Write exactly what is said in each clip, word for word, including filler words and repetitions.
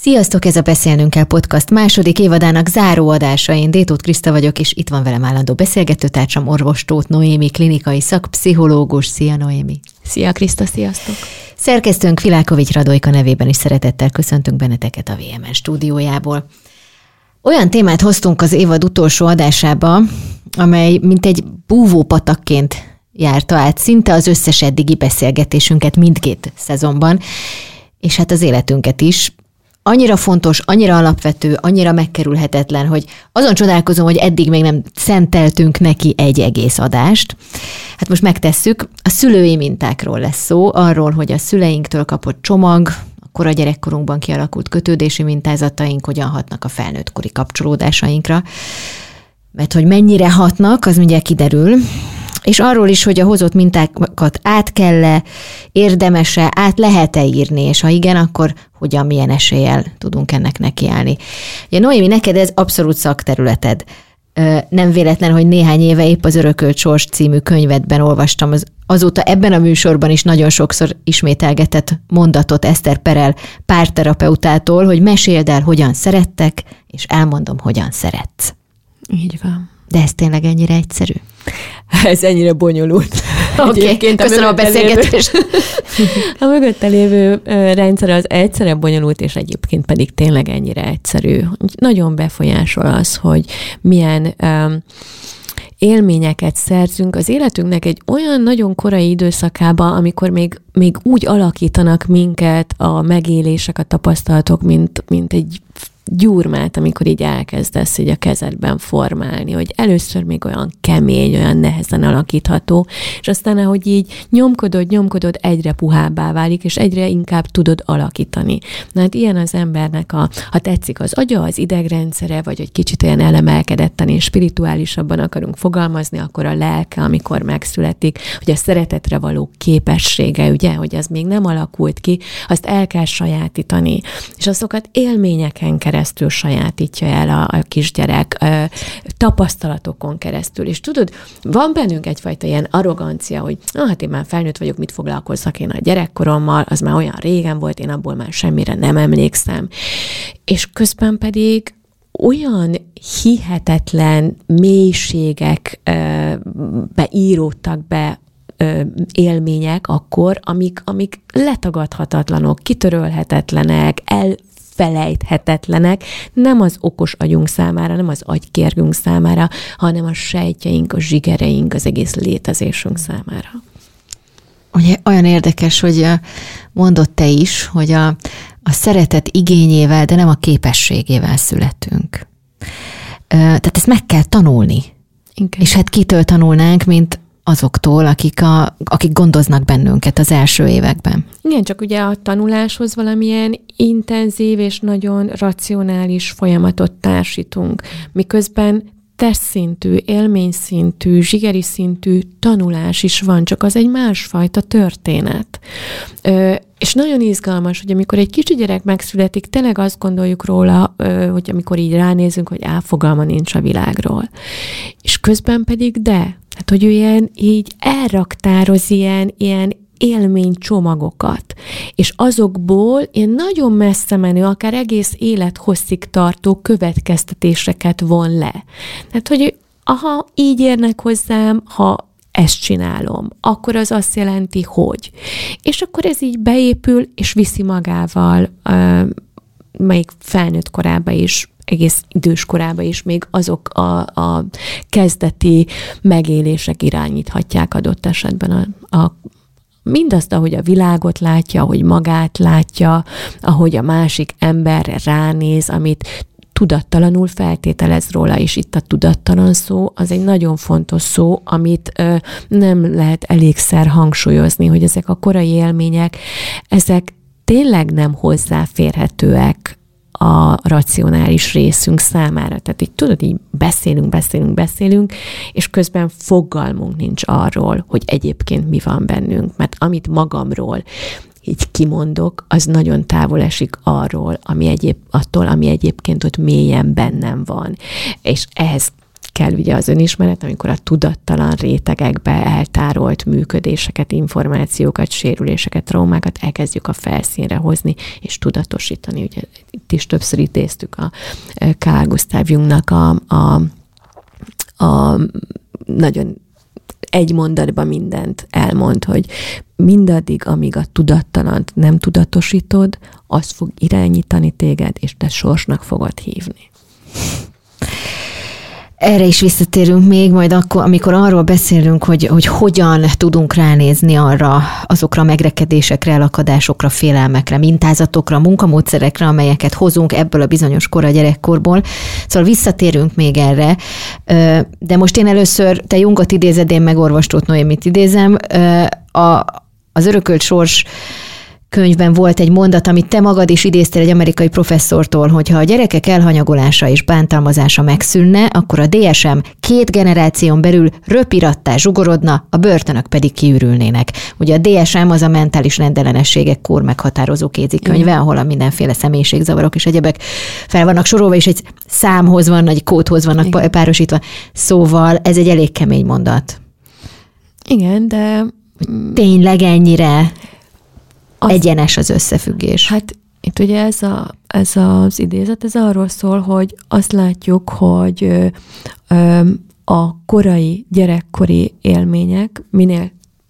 Sziasztok, ez a Beszélnünk kell podcast második évadának záró adása. Én Détóth Kriszta vagyok, és itt van velem állandó beszélgetőtársam, orvos Tóth Noémi, klinikai szakpszichológus. Szia, Noémi! Szia, Kriszta, sziasztok! Szerkesztőnk Vilákovics Radojka nevében is szeretettel köszöntünk benneteket a vé em en stúdiójából. Olyan témát hoztunk az évad utolsó adásába, amely mint egy búvópatakként járta át szinte az összes eddigi beszélgetésünket mindkét szezonban, és hát az életünket is. Annyira fontos, annyira alapvető, annyira megkerülhetetlen, hogy azon csodálkozom, hogy eddig még nem szenteltünk neki egy egész adást. Hát most megtesszük. A szülői mintákról lesz szó, arról, hogy a szüleinktől kapott csomag, a kora gyerekkorunkban kialakult kötődési mintázataink hogyan hatnak a felnőttkori kapcsolódásainkra. Mert hogy mennyire hatnak, az mindjárt kiderül. És arról is, hogy a hozott mintákat át kell-e, érdemes-e, át lehet-e írni, és ha igen, akkor hogyan, milyen eséllyel tudunk ennek nekiállni. Ugye, Noémi, neked ez abszolút szakterületed. Nem véletlen, hogy néhány éve épp az Örökölt Sors című könyvedben olvastam, az, azóta ebben a műsorban is nagyon sokszor ismételgetett mondatot Eszter Perel párterapeutától, hogy meséld el, hogyan szerettek, és elmondom, hogyan szeretsz. Így van. De ez tényleg ennyire egyszerű? Ez ennyire bonyolult. Oké, okay, köszönöm a beszélgetést. A mögötte lévő rendszer az egyszerre bonyolult, és egyébként pedig tényleg ennyire egyszerű. Nagyon befolyásol az, hogy milyen um, élményeket szerzünk az életünknek egy olyan nagyon korai időszakába, amikor még, még úgy alakítanak minket a megélések, a tapasztalatok, mint, mint egy gyurmát, amikor így elkezdesz így a kezedben formálni, hogy először még olyan kemény, olyan nehezen alakítható, és aztán, ahogy így nyomkodod, nyomkodod, egyre puhábbá válik, és egyre inkább tudod alakítani. Na hát ilyen az embernek, a, ha tetszik az agya, az idegrendszere, vagy egy kicsit olyan elemelkedetten és spirituálisabban akarunk fogalmazni, akkor a lelke, amikor megszületik, hogy a szeretetre való képessége, ugye, hogy az még nem alakult ki, azt el kell sajátítani. És azokat élményeken keresztül keresztül sajátítja el a, a kisgyerek, ö, tapasztalatokon keresztül. És tudod, van bennünk egyfajta ilyen arrogancia, hogy ah, hát én már felnőtt vagyok, mit foglalkozzak én a gyerekkorommal, az már olyan régen volt, én abból már semmire nem emlékszem. És közben pedig olyan hihetetlen mélységekbe íródtak be élmények akkor, amik, amik letagadhatatlanok, kitörölhetetlenek, el felejthetetlenek, nem az okos agyunk számára, nem az agykérgünk számára, hanem a sejtjeink, a zsigereink, az egész létezésünk számára. Ugye olyan érdekes, hogy mondod te is, hogy a, a szeretet igényével, de nem a képességével születünk. Tehát ezt meg kell tanulni. Igen. És hát kitől tanulnánk, mint azoktól, akik, a, akik gondoznak bennünket az első években. Igen, csak ugye a tanuláshoz valamilyen intenzív és nagyon racionális folyamatot társítunk, miközben testszintű, élményszintű, zsigeri szintű tanulás is van, csak az egy másfajta történet. Ö, és nagyon izgalmas, hogy amikor egy kicsi gyerek megszületik, tényleg azt gondoljuk róla, ö, hogy amikor így ránézünk, hogy álfogalma nincs a világról. És közben pedig de, hát hogy ő ilyen így elraktároz ilyen, ilyen élménycsomagokat, és azokból ilyen nagyon messze menő, akár egész élethosszig tartó következtetéseket von le. Tehát, hogy aha, így érnek hozzám, ha ezt csinálom, akkor az azt jelenti, hogy. És akkor ez így beépül, és viszi magával, uh, melyik felnőtt korában is, egész idős korában is még azok a, a kezdeti megélések irányíthatják adott esetben a, a mindazt, ahogy a világot látja, ahogy magát látja, ahogy a másik emberre ránéz, amit tudattalanul feltételez róla, és itt a tudattalan szó, az egy nagyon fontos szó, amit ö, nem lehet elégszer hangsúlyozni, hogy ezek a korai élmények, ezek tényleg nem hozzáférhetőek a racionális részünk számára. Tehát így tudod, így beszélünk, beszélünk, beszélünk, és közben fogalmunk nincs arról, hogy egyébként mi van bennünk. Mert amit magamról így kimondok, az nagyon távol esik arról, ami egyéb, attól, ami egyébként ott mélyen bennem van. És ehhez kell ugye az önismeret, amikor a tudattalan rétegekbe eltárolt működéseket, információkat, sérüléseket, traumákat elkezdjük a felszínre hozni, és tudatosítani. Ugye itt is többször idéztük a Carl Gustav Jungnak a, a, a nagyon egy mondatban mindent elmond, hogy mindaddig, amíg a tudattalant nem tudatosítod, az fog irányítani téged, és te sorsnak fogod hívni. Erre is visszatérünk még majd akkor, amikor arról beszélünk, hogy, hogy hogyan tudunk ránézni arra, azokra a megrekedésekre, elakadásokra, félelmekre, mintázatokra, munkamódszerekre, amelyeket hozunk ebből a bizonyos kora gyerekkorból. Szóval visszatérünk még erre, de most én először, te Jungot idézed, én meg Orvos Tóth Noémit idézem. A, az Örökölt sors könyvben volt egy mondat, amit te magad is idéztél egy amerikai professzortól, hogy ha a gyerekek elhanyagolása és bántalmazása megszűnne, akkor a dé es em két generáción belül röpirattá zsugorodna, a börtönök pedig kiürülnének. Ugye a dé es em az a mentális rendellenességek kór meghatározó kézikönyve, mm. ahol a mindenféle személyiségzavarok és egyebek fel vannak sorolva, és egy számhoz van, egy kódhoz vannak Igen. párosítva. Szóval ez egy elég kemény mondat. Igen, de... Tényleg ennyire... Az, egyenes az összefüggés. Hát itt ugye ez, a, ez az idézet, ez arról szól, hogy azt látjuk, hogy ö, ö, a korai, gyerekkori élmények minél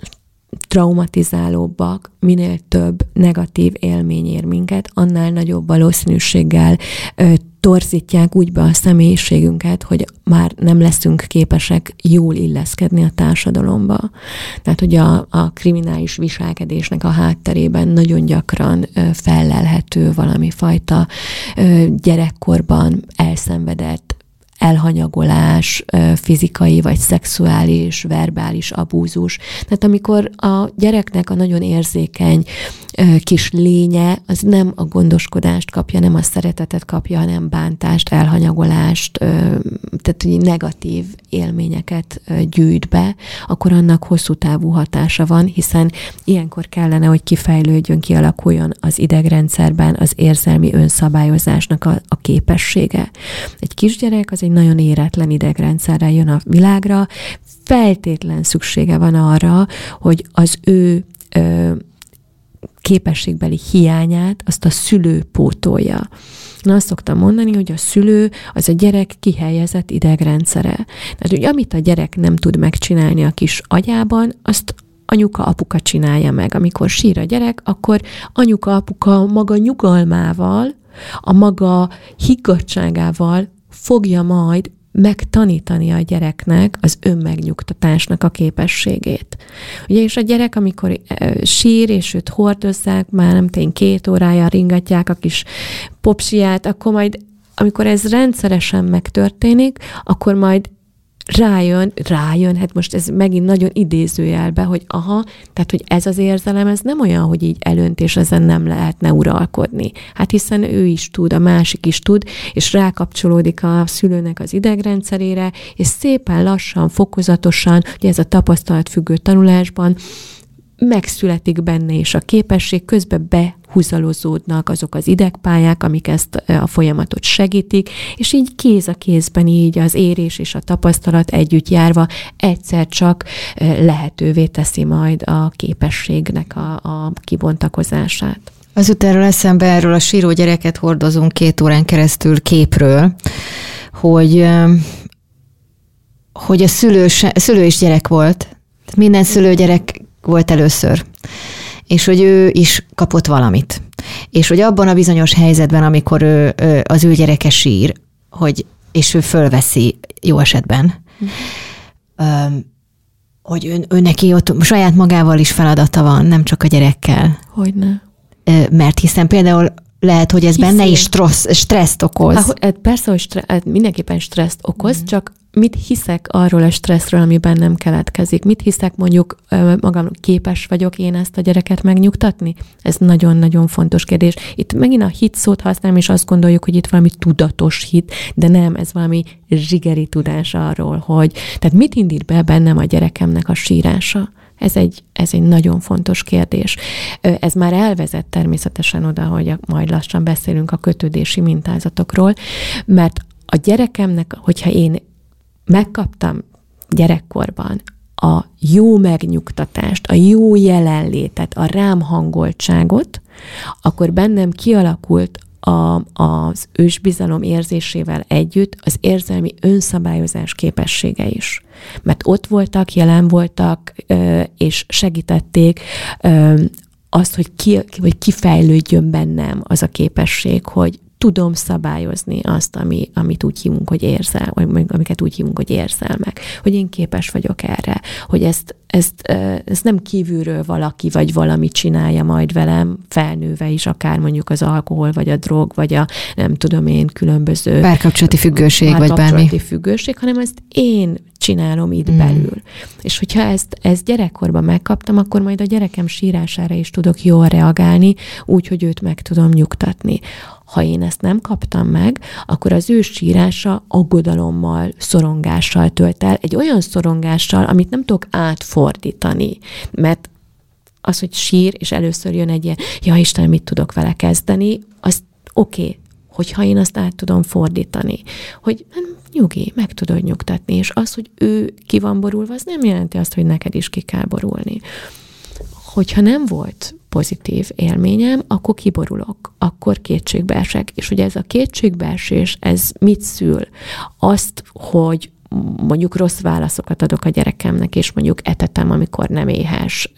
traumatizálóbbak, minél több negatív élmény ér minket, annál nagyobb valószínűséggel ö, torzítják úgy be a személyiségünket, hogy már nem leszünk képesek jól illeszkedni a társadalomba. Tehát, hogy a, a kriminális viselkedésnek a hátterében nagyon gyakran ö, fellelhető valami fajta ö, gyerekkorban elszenvedett elhanyagolás, fizikai vagy szexuális, verbális abúzus. Tehát amikor a gyereknek a nagyon érzékeny kis lénye, az nem a gondoskodást kapja, nem a szeretetet kapja, hanem bántást, elhanyagolást, tehát negatív élményeket gyűjt be, akkor annak hosszú távú hatása van, hiszen ilyenkor kellene, hogy kifejlődjön, kialakuljon az idegrendszerben az érzelmi önszabályozásnak a, a képessége. Egy kisgyerek az egy nagyon éretlen idegrendszerrel jön a világra, feltétlen szüksége van arra, hogy az ő ö, képességbeli hiányát azt a szülő pótolja. Na, azt szoktam mondani, hogy a szülő az a gyerek kihelyezett idegrendszere. Tehát, hogy amit a gyerek nem tud megcsinálni a kis agyában, azt anyuka, apuka csinálja meg. Amikor sír a gyerek, akkor anyuka, apuka maga nyugalmával, a maga higgadtságával fogja majd megtanítani a gyereknek az önmegnyugtatásnak a képességét. Ugye, és a gyerek, amikor sír, és őt hordozzák, már nem tény két órája ringatják a kis popsiát, akkor majd, amikor ez rendszeresen megtörténik, akkor majd rájön, rájön, hát most ez megint nagyon idézőjelbe, hogy aha, tehát, hogy ez az érzelem, ez nem olyan, hogy így elönt, és ezen nem lehetne uralkodni. Hát hiszen ő is tud, a másik is tud, és rákapcsolódik a szülőnek az idegrendszerére, és szépen lassan, fokozatosan, ugye ez a tapasztalatfüggő tanulásban megszületik benne is a képesség, közben behúzalozódnak azok az idegpályák, amik ezt a folyamatot segítik, és így kéz a kézben így az érés és a tapasztalat együtt járva egyszer csak lehetővé teszi majd a képességnek a, a kibontakozását. Azután eszembe erről a síró gyereket hordozunk két órán keresztül képről, hogy, hogy a szülő, szülő is gyerek volt. Minden szülő gyerek volt először, és hogy ő is kapott valamit. És hogy abban a bizonyos helyzetben, amikor ő, ő, az ő gyereke sír, hogy, és ő fölveszi jó esetben, mm. hogy ő, ő neki ott saját magával is feladata van, nem csak a gyerekkel. Hogyne. Mert hiszen például lehet, hogy ez Hiszi. benne is stressz, stresszt okoz. Ah, persze, hogy stre- mindenképpen stresszt okoz, mm. csak mit hiszek arról a stresszről, ami bennem keletkezik? Mit hiszek mondjuk magam, képes vagyok én ezt a gyereket megnyugtatni? Ez nagyon-nagyon fontos kérdés. Itt megint a hit szót használom, és azt gondoljuk, hogy itt valami tudatos hit, de nem, ez valami zsigeri tudás arról, hogy tehát mit indít be bennem a gyerekemnek a sírása? Ez egy, ez egy nagyon fontos kérdés. Ez már elvezet természetesen oda, hogy majd lassan beszélünk a kötődési mintázatokról, mert a gyerekemnek, hogyha én megkaptam gyerekkorban a jó megnyugtatást, a jó jelenlétet, a rám hangoltságot, akkor bennem kialakult a, az ősbizalom érzésével együtt az érzelmi önszabályozás képessége is. Mert ott voltak, jelen voltak, és segítették azt, hogy, ki, hogy kifejlődjön bennem az a képesség, hogy tudom szabályozni azt, ami, amit úgy hívunk, hogy érzel, vagy amiket úgy hívunk, hogy érzelmek, hogy én képes vagyok erre, hogy ezt, ezt, ezt nem kívülről valaki vagy valami csinálja majd velem, felnőve is, akár mondjuk az alkohol, vagy a drog, vagy a nem tudom én, különböző párkapcsolati függőség, vagy bármi. Párkapcsolati függőség, hanem ezt én csinálom itt mm. belül. És hogyha ezt, ezt gyerekkorban megkaptam, akkor majd a gyerekem sírására is tudok jól reagálni, úgy, hogy őt meg tudom nyugtatni. Ha én ezt nem kaptam meg, akkor az ő sírása aggodalommal, szorongással tölt el, egy olyan szorongással, amit nem tudok átfordítani, mert az, hogy sír, és először jön egy ilyen, ja Istenem, mit tudok vele kezdeni, az oké, okay, hogyha én azt át tudom fordítani, hogy nyugi, meg tudod nyugtatni, és az, hogy ő ki van borulva, az nem jelenti azt, hogy neked is ki kell borulni. Hogyha nem volt pozitív élményem, akkor kiborulok, akkor kétségbeesek. És ugye ez a kétségbeesés, ez mit szül? Azt, hogy mondjuk rossz válaszokat adok a gyerekemnek, és mondjuk etetem, amikor nem éhes,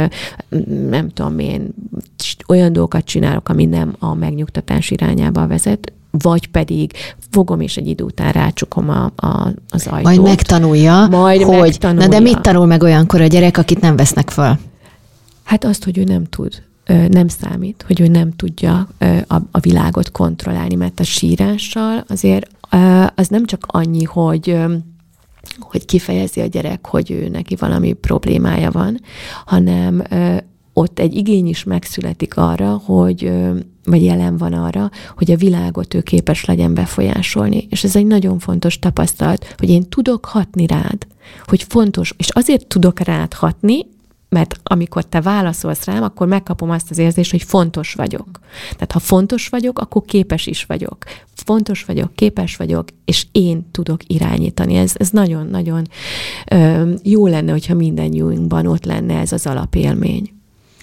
nem tudom én, olyan dolgokat csinálok, ami nem a megnyugtatás irányába vezet, vagy pedig fogom, és egy idő után rácsukom a, a, az ajtót. Majd megtanulja, Majd hogy megtanulja. Na de mit tanul meg olyankor a gyerek, akit nem vesznek föl? Hát azt, hogy ő nem tud, nem számít, hogy ő nem tudja a, a világot kontrollálni, mert a sírással azért az nem csak annyi, hogy, hogy kifejezi a gyerek, hogy ő neki valami problémája van, hanem ott egy igény is megszületik arra, hogy, vagy jelen van arra, hogy a világot ő képes legyen befolyásolni. És ez egy nagyon fontos tapasztalat, hogy én tudok hatni rád, hogy fontos, és azért tudok rád hatni, mert amikor te válaszolsz rám, akkor megkapom azt az érzést, hogy fontos vagyok. Tehát ha fontos vagyok, akkor képes is vagyok. Fontos vagyok, képes vagyok, és én tudok irányítani. Ez, ez nagyon-nagyon jó lenne, hogyha mindannyiunkban ott lenne ez az alapélmény.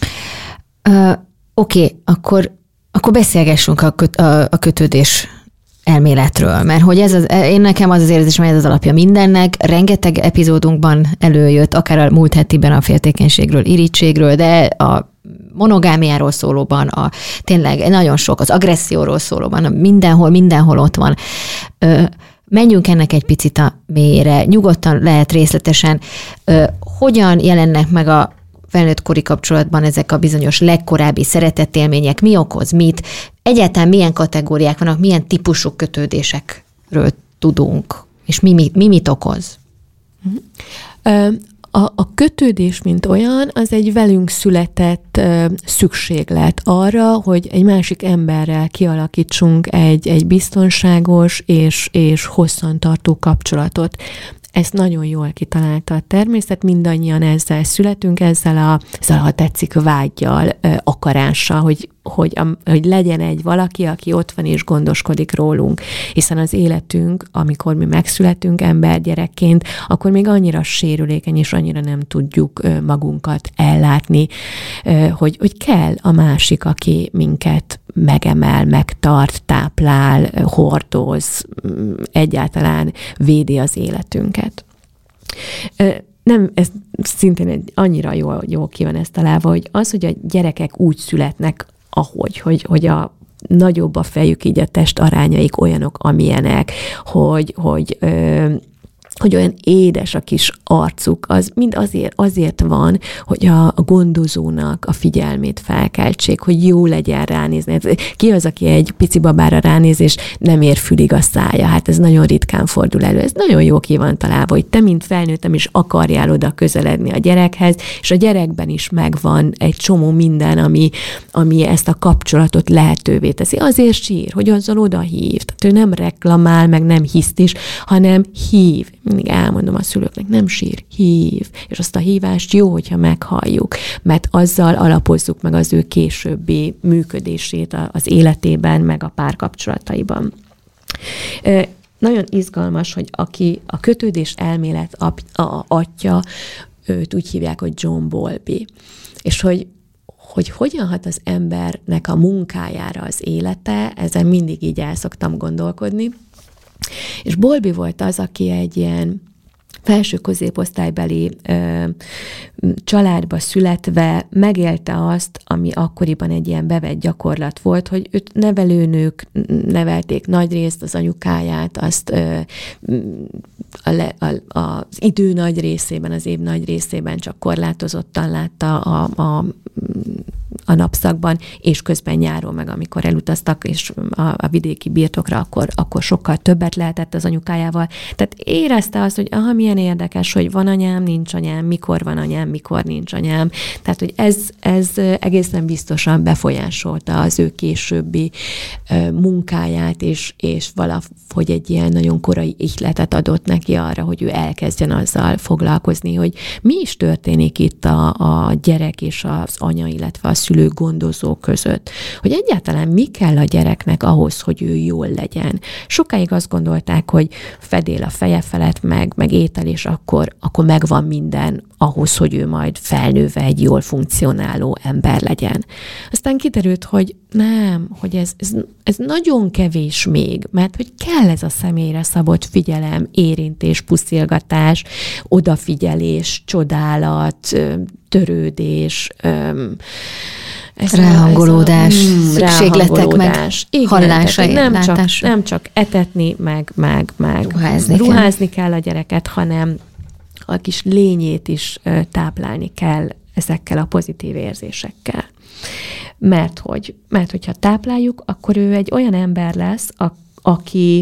Uh, Oké, okay, akkor, akkor beszélgessünk a, köt, a, a kötődés elméletről, mert hogy ez az, én nekem az az érzésem, hogy ez az alapja mindennek, rengeteg epizódunkban előjött, akár a múlt hetiben a féltékenységről, irítségről, de a monogámiáról szólóban, a, tényleg nagyon sok, az agresszióról szólóban, mindenhol, mindenhol ott van. Ö, menjünk ennek egy picit a mélyére, nyugodtan lehet részletesen, ö, hogyan jelennek meg a felnőtt kori kapcsolatban ezek a bizonyos legkorábbi szeretetélmények, mi okoz mit, egyáltalán milyen kategóriák vannak, milyen típusú kötődésekről tudunk, és mi, mi, mi mit okoz? A, a kötődés, mint olyan, az egy velünk született szükséglet arra, hogy egy másik emberrel kialakítsunk egy, egy biztonságos és, és hosszantartó kapcsolatot. Ezt nagyon jól kitalálta a természet, mindannyian ezzel születünk, ezzel a, ezzel, ha tetszik, vággyal, akarással, hogy, hogy, hogy legyen egy valaki, aki ott van és gondoskodik rólunk. Hiszen az életünk, amikor mi megszületünk embergyerekként, akkor még annyira sérülékeny, és annyira nem tudjuk magunkat ellátni, hogy, hogy kell a másik, aki minket megemel, megtart, táplál, hordoz, egyáltalán védi az életünket. Nem, ez szintén egy, annyira jól, jól ki van ezt találva, hogy az, hogy a gyerekek úgy születnek, ahogy, hogy, hogy a nagyobb a fejük, így a test arányaik olyanok, amilyenek, hogy, hogy ö, hogy olyan édes a kis arcuk, az mind azért, azért van, hogy a gondozónak a figyelmét felkeltsék, hogy jó legyen ránézni. Ki az, aki egy pici babára ránéz, és nem ér fülig a szája? Hát ez nagyon ritkán fordul elő. Ez nagyon jó ki van találva, hogy te, mint felnőttem is akarjál oda közeledni a gyerekhez, és a gyerekben is megvan egy csomó minden, ami, ami ezt a kapcsolatot lehetővé teszi. Azért sír, hogy azzal oda hív. Tehát ő nem reklamál, meg nem hisztis, hanem hív. Mindig elmondom a szülőknek, nem sír, hív. És azt a hívást jó, hogyha meghalljuk, mert azzal alapozzuk meg az ő későbbi működését az életében, meg a párkapcsolataiban. nagyon izgalmas, hogy aki a kötődés elmélet ap, a, atya, őt úgy hívják, hogy John Bowlby. És hogy, hogy hogyan hat az embernek a munkájára az élete, ezen mindig így el szoktam gondolkodni. És Bowlby volt az, aki egy ilyen felső középosztálybeli ö, családba születve megélte azt, ami akkoriban egy ilyen bevett gyakorlat volt, hogy őt nevelőnők nevelték nagyrészt, az anyukáját, azt ö, a le, a, az idő nagy részében, az év nagy részében csak korlátozottan látta a, a, a napszakban, és közben nyáron meg, amikor elutaztak, és a, a vidéki birtokra, akkor, akkor sokkal többet lehetett az anyukájával. Tehát érezte azt, hogy aha, milyen érdekes, hogy van anyám, nincs anyám, mikor van anyám, mikor nincs anyám. Tehát, hogy ez, ez egészen biztosan befolyásolta az ő későbbi munkáját, és, és valahogy egy ilyen nagyon korai ihletet adott neki arra, hogy ő elkezdjen azzal foglalkozni, hogy mi is történik itt a, a gyerek és az anya, illetve a szülő gondozó között. Hogy egyáltalán mi kell a gyereknek ahhoz, hogy ő jól legyen. Sokáig azt gondolták, hogy fedél a feje felett, meg, meg étel, és akkor, akkor megvan minden ahhoz, hogy ő majd felnőve egy jól funkcionáló ember legyen. Aztán kiderült, hogy nem, hogy ez, ez, ez nagyon kevés még, mert hogy kell ez a személyre szabott figyelem, érintés, puszilgatás, odafigyelés, csodálat, törődés, ez ráhangolódás, a, mm, szükségletek meg hallásai, nem csak, nem csak etetni, meg, meg, meg ruházni, ruházni kell. kell a gyereket, hanem a kis lényét is táplálni kell ezekkel a pozitív érzésekkel. Mert hogy, mert hogyha tápláljuk, akkor ő egy olyan ember lesz, a, aki,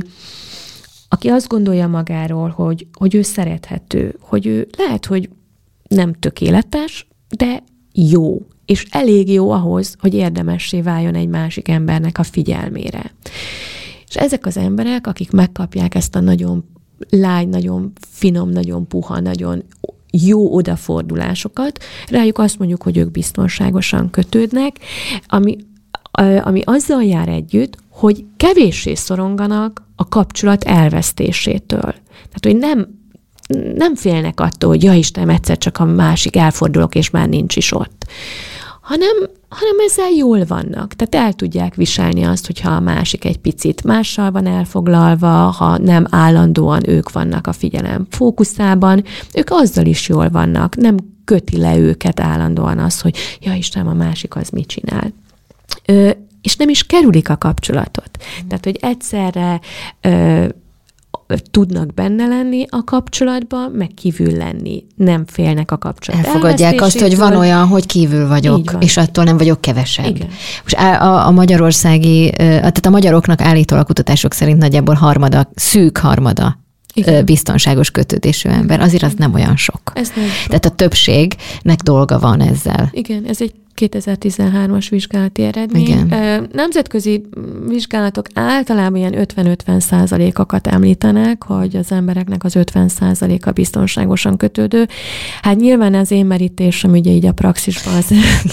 aki azt gondolja magáról, hogy, hogy ő szerethető, hogy ő lehet, hogy nem tökéletes, de jó, és elég jó ahhoz, hogy érdemessé váljon egy másik embernek a figyelmére. És ezek az emberek, akik megkapják ezt a nagyon lágy, nagyon finom, nagyon puha, nagyon jó odafordulásokat, rájuk azt mondjuk, hogy ők biztonságosan kötődnek, ami, ami azzal jár együtt, hogy kevéssé szoronganak a kapcsolat elvesztésétől. Tehát, hogy nem, nem félnek attól, hogy ja Istenem, egyszer csak a másik elfordulok, és már nincs is ott. Hanem, hanem ezzel jól vannak. Tehát el tudják viselni azt, hogyha a másik egy picit mással van elfoglalva, ha nem állandóan ők vannak a figyelem fókuszában, ők azzal is jól vannak, nem köti le őket állandóan az, hogy ja Istenem, a másik az mit csinál. Ö, és nem is kerülik a kapcsolatot. Tehát, hogy egyszerre ö, tudnak benne lenni a kapcsolatban, meg kívül lenni. Nem félnek a kapcsolat elfogadják azt, hogy van olyan, hogy kívül vagyok, és attól nem vagyok kevesebb. Igen. Most a, a magyarországi, tehát a magyaroknak állítólag a kutatások szerint nagyjából harmada, szűk harmada igen. biztonságos kötődésű ember. Azért az nem olyan sok. Ez nem sok. Tehát a többségnek dolga van ezzel. Igen, ez egy kétezer-tizenhármas vizsgálati eredmény. Igen. Nemzetközi vizsgálatok általában ilyen ötven-ötven százalékokat említenek, hogy az embereknek az ötven százaléka biztonságosan kötődő. Hát nyilván az én merítésem ugye így a praxisban az...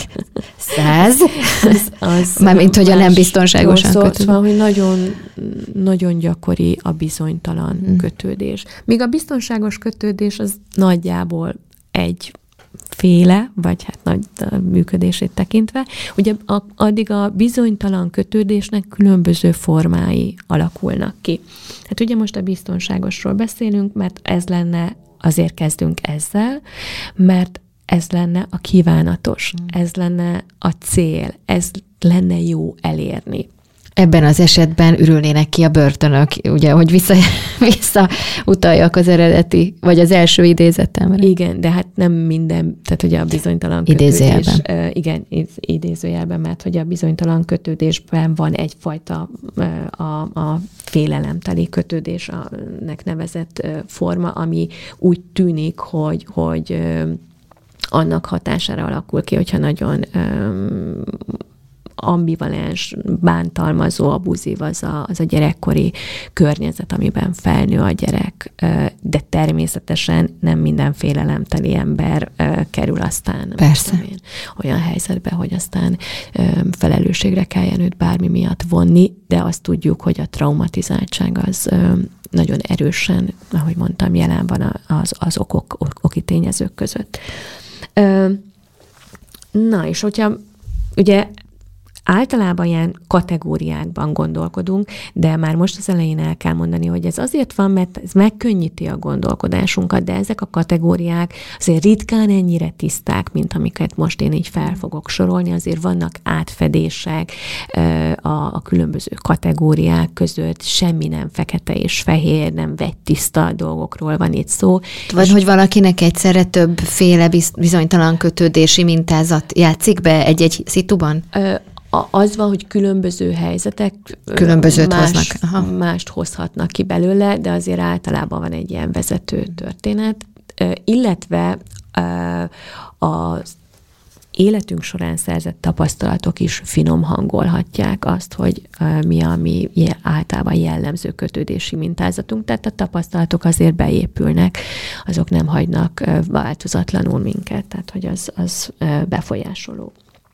Száz? Az, az mármint, hogy a nem biztonságosan kötődő. Szóval, hogy nagyon, nagyon gyakori a bizonytalan hmm. kötődés. Míg a biztonságos kötődés az nagyjából egy féle, vagy hát nagy működését tekintve, ugye a, addig a bizonytalan kötődésnek különböző formái alakulnak ki. Hát ugye most a biztonságosról beszélünk, mert ez lenne, azért kezdünk ezzel, mert ez lenne a kívánatos, ez lenne a cél, ez lenne jó elérni. Ebben az esetben ürülnének ki a börtönök, ugye, hogy vissza, vissza utaljak az eredeti, vagy az első idézetemre. Igen, de hát nem minden, tehát hogy a bizonytalan idézőjelben. kötődés. Igen, idézőjelben, mert hogy a bizonytalan kötődésben van egyfajta a, a félelemteli kötődésnek nevezett forma, ami úgy tűnik, hogy, hogy annak hatására alakul ki, hogyha nagyon ambivalens, bántalmazó, abuzív az a, az a gyerekkori környezet, amiben felnő a gyerek, de természetesen nem minden félelemteli ember kerül aztán én, olyan helyzetbe, hogy aztán felelősségre kelljen őt bármi miatt vonni, de azt tudjuk, hogy a traumatizáltság az nagyon erősen, ahogy mondtam, jelen van az, az okok, oki tényezők között. Na, és hogyha ugye általában ilyen kategóriákban gondolkodunk, de már most az elején el kell mondani, hogy ez azért van, mert ez megkönnyíti a gondolkodásunkat, de ezek a kategóriák azért ritkán ennyire tiszták, mint amiket most én így fel fogok sorolni, azért vannak átfedések a, a különböző kategóriák között, semmi nem fekete és fehér, nem vegytiszta dolgokról van itt szó. Vagy hogy valakinek egyszerre többféle bizonytalan kötődési mintázat játszik be egy-egy szituban? Az van, hogy különböző helyzetek Különbözőt más, hoznak. Aha. mást hozhatnak ki belőle, de azért általában van egy ilyen vezető történet, illetve az életünk során szerzett tapasztalatok is finom hangolhatják azt, hogy mi a mi általában jellemző kötődési mintázatunk, tehát a tapasztalatok azért beépülnek, azok nem hagynak változatlanul minket, tehát hogy az, az befolyásoló.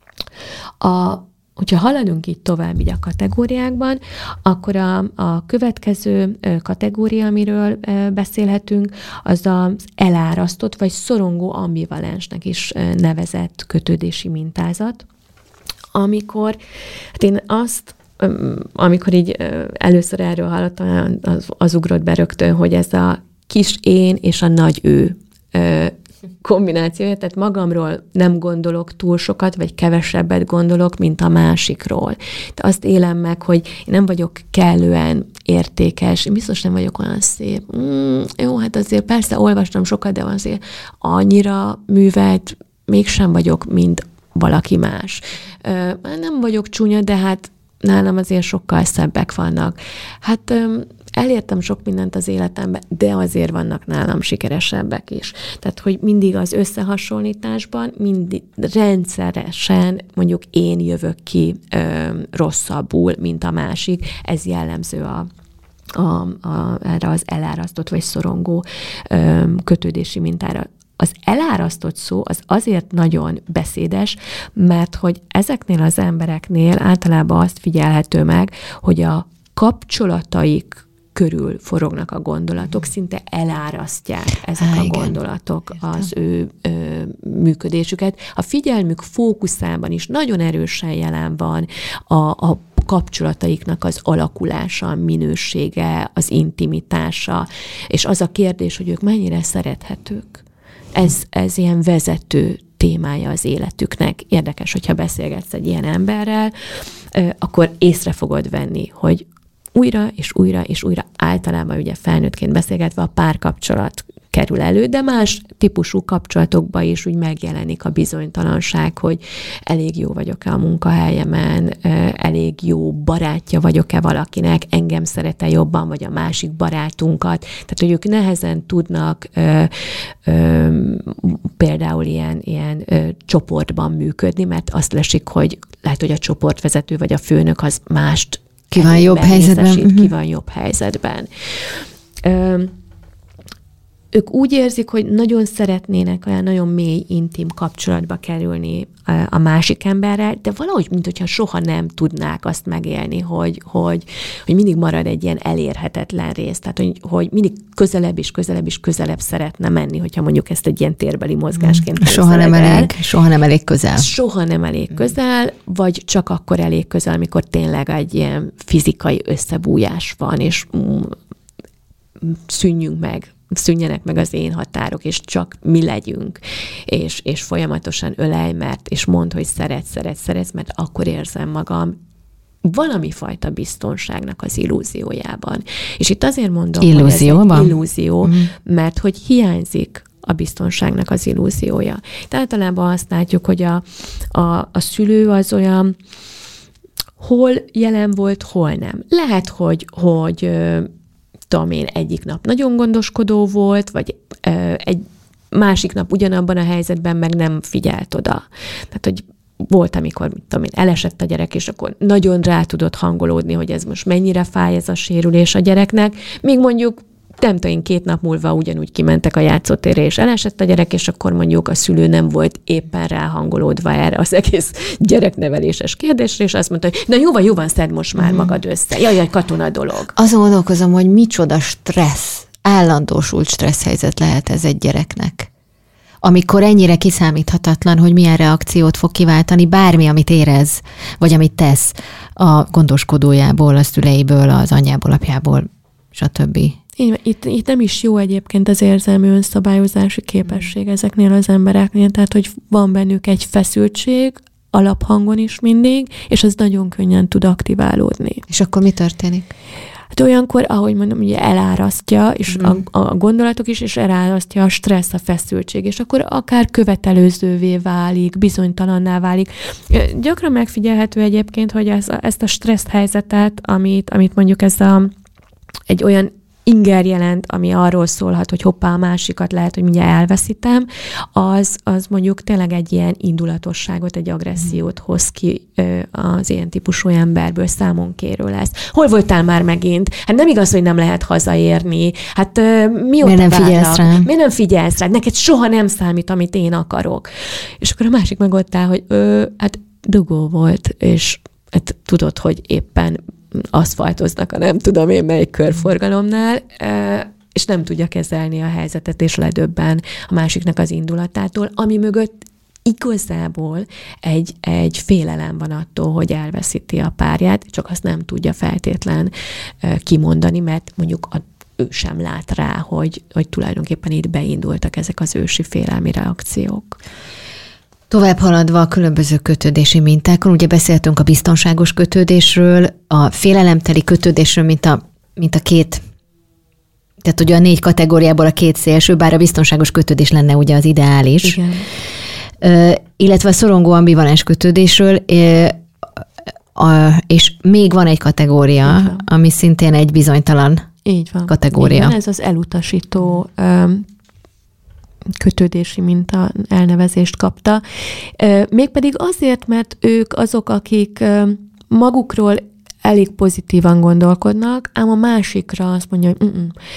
A Hogyha haladunk így tovább így a kategóriákban, akkor a, a következő kategória, amiről beszélhetünk, az az elárasztott vagy szorongó ambivalensnek is nevezett kötődési mintázat, amikor, hát én azt, amikor így először erről hallottam, az, az ugrott be rögtön, hogy ez a kis én és a nagy ő kombinációja, tehát magamról nem gondolok túl sokat, vagy kevesebbet gondolok, mint a másikról. De azt élem meg, hogy én nem vagyok kellően értékes, én biztos nem vagyok olyan szép. Mm, jó, hát azért persze olvastam sokat, de azért annyira művelt mégsem vagyok, mint valaki más. Nem vagyok csúnya, de hát nálam azért sokkal szebbek vannak. Hát elértem sok mindent az életemben, de azért vannak nálam sikeresebbek is. Tehát, hogy mindig az összehasonlításban, mindig rendszeresen mondjuk én jövök ki ö, rosszabbul, mint a másik. Ez jellemző a, a, a, erre az elárasztott vagy szorongó ö, kötődési mintára. Az elárasztott szó az azért nagyon beszédes, mert hogy ezeknél az embereknél általában azt figyelhető meg, hogy a kapcsolataik körül forognak a gondolatok, szinte elárasztják ezek Há, a igen. gondolatok Értem. az ő ö, működésüket. A figyelmük fókuszában is nagyon erősen jelen van a, a kapcsolataiknak az alakulása, minősége, az intimitása, és az a kérdés, hogy ők mennyire szerethetők. Ez, ez ilyen vezető témája az életüknek. Érdekes, hogyha beszélgetsz egy ilyen emberrel, akkor észre fogod venni, hogy újra és újra és újra általában ugye felnőttként beszélgetve a párkapcsolat kerül elő, de más típusú kapcsolatokban is úgy megjelenik a bizonytalanság, hogy elég jó vagyok-e a munkahelyemen, elég jó barátja vagyok-e valakinek, engem szeret-e jobban, vagy a másik barátunkat. Tehát, hogy ők nehezen tudnak ö, ö, például ilyen, ilyen ö, csoportban működni, mert azt lesik, hogy lehet, hogy a csoportvezető vagy a főnök az mást ki van jobb helyzetben. Ki van jobb helyzetben. Ö, Ők úgy érzik, hogy nagyon szeretnének olyan nagyon mély, intim kapcsolatba kerülni a másik emberrel, de valahogy, mint hogyha soha nem tudnák azt megélni, hogy, hogy, hogy mindig marad egy ilyen elérhetetlen rész. Tehát, hogy, hogy mindig közelebb és közelebb és közelebb szeretne menni, hogyha mondjuk ezt egy ilyen térbeli mozgásként soha nem elég, soha nem elég közel. Soha nem elég közel, vagy csak akkor elég közel, amikor tényleg egy ilyen fizikai összebújás van, és mm, szűnjünk meg, szűnjenek meg az én határok, és csak mi legyünk, és, és folyamatosan ölelj, mert, és mondd, hogy szeret, szeret, szeretsz, mert akkor érzem magam valami fajta biztonságnak az illúziójában. És itt azért mondom, illúzióban? hogy ez egy illúzió, mm. mert hogy hiányzik a biztonságnak az illúziója. De általában azt látjuk, hogy a, a, a szülő az olyan, hol jelen volt, hol nem. Lehet, hogy, hogy tudom én, egyik nap nagyon gondoskodó volt, vagy ö, egy másik nap ugyanabban a helyzetben meg nem figyelt oda. Tehát, hogy volt, amikor mit tudom én, elesett a gyerek, és akkor nagyon rá tudott hangolódni, hogy ez most mennyire fáj ez a sérülés a gyereknek, míg mondjuk nem tudom, két nap múlva ugyanúgy kimentek a játszótérre, és elesett a gyerek, és akkor mondjuk a szülő nem volt éppen ráhangolódva erre az egész gyerekneveléses kérdésre, és azt mondta, hogy na jó van, jó van, szedd most már magad össze. Jaj, jaj, katona dolog. Azon gondolkozom, hogy micsoda stressz, állandósult stressz helyzet lehet ez egy gyereknek. Amikor ennyire kiszámíthatatlan, hogy milyen reakciót fog kiváltani bármi, amit érez, vagy amit tesz a gondoskodójából, a szüleiből, az anyjából, apjából, stb. Itt, itt nem is jó egyébként az érzelmi önszabályozási képesség ezeknél az embereknél, tehát hogy van bennük egy feszültség, alaphangon is mindig, és az nagyon könnyen tud aktiválódni. És akkor mi történik? Hát olyankor, ahogy mondom, ugye elárasztja, és mm. a, a gondolatok is, és elárasztja a stressz, a feszültség, és akkor akár követelőzővé válik, bizonytalanná válik. Gyakran megfigyelhető egyébként, hogy ez, ezt a stressz helyzetet, amit, amit mondjuk ez a, egy olyan inger jelent, ami arról szólhat, hogy hoppá, a másikat lehet, hogy mindjárt elveszítem, az, az mondjuk tényleg egy ilyen indulatosságot, egy agressziót hoz ki az ilyen típusú emberből, számon kérő lesz. Hol voltál már megint? Hát nem igaz, hogy nem lehet hazaérni. Hát mióta Miért nem figyelsz rá? Miért nem figyelsz rá? Neked soha nem számít, amit én akarok. És akkor a másik meg ott áll, hogy ö, hát dugó volt, és hát tudod, hogy éppen aszfaltoznak a nem tudom én melyik körforgalomnál, és nem tudja kezelni a helyzetet, és ledöbben a másiknak az indulatától, ami mögött igazából egy, egy félelem van attól, hogy elveszíti a párját, csak azt nem tudja feltétlen kimondani, mert mondjuk a, ő sem lát rá, hogy, hogy tulajdonképpen itt beindultak ezek az ősi félelmi reakciók. Tovább haladva a különböző kötődési mintákon, ugye beszéltünk a biztonságos kötődésről, a félelemteli kötődésről, mint a, mint a két, tehát ugye a négy kategóriából a két szélső, bár a biztonságos kötődés lenne ugye az ideális. Igen. Ö, illetve a szorongó ambivalens kötődésről, ö, a, és még van egy kategória, ami szintén egy bizonytalan Így van. kategória. Így van, ez az elutasító um, kötődési minta elnevezést kapta. Mégpedig azért, mert ők azok, akik magukról elég pozitívan gondolkodnak, ám a másikra azt mondja, hogy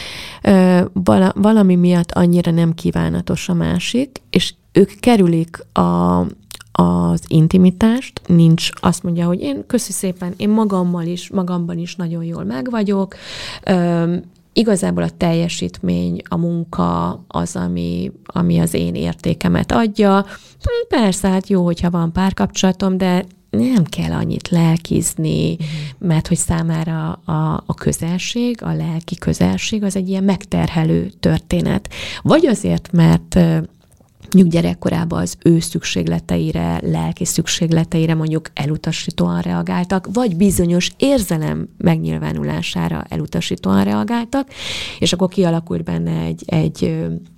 uh-uh, valami miatt annyira nem kívánatos a másik, és ők kerülik a, az intimitást, nincs, azt mondja, hogy én köszi szépen, én magammal is, magamban is nagyon jól megvagyok, igazából a teljesítmény, a munka az, ami, ami az én értékemet adja. Persze, hát jó, hogyha van párkapcsolatom, de nem kell annyit lelkizni, mert hogy számára a, a közelség, a lelki közelség az egy ilyen megterhelő történet. Vagy azért, mert mondjuk gyerekkorában az ő szükségleteire, lelki szükségleteire mondjuk elutasítóan reagáltak, vagy bizonyos érzelem megnyilvánulására elutasítóan reagáltak, és akkor kialakult benne egy, egy,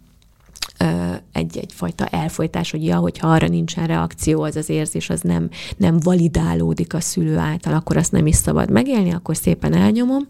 egy, egyfajta elfojtás, hogy ja, hogyha arra nincsen reakció, az az érzés, az nem, nem validálódik a szülő által, akkor azt nem is szabad megélni, akkor szépen elnyomom.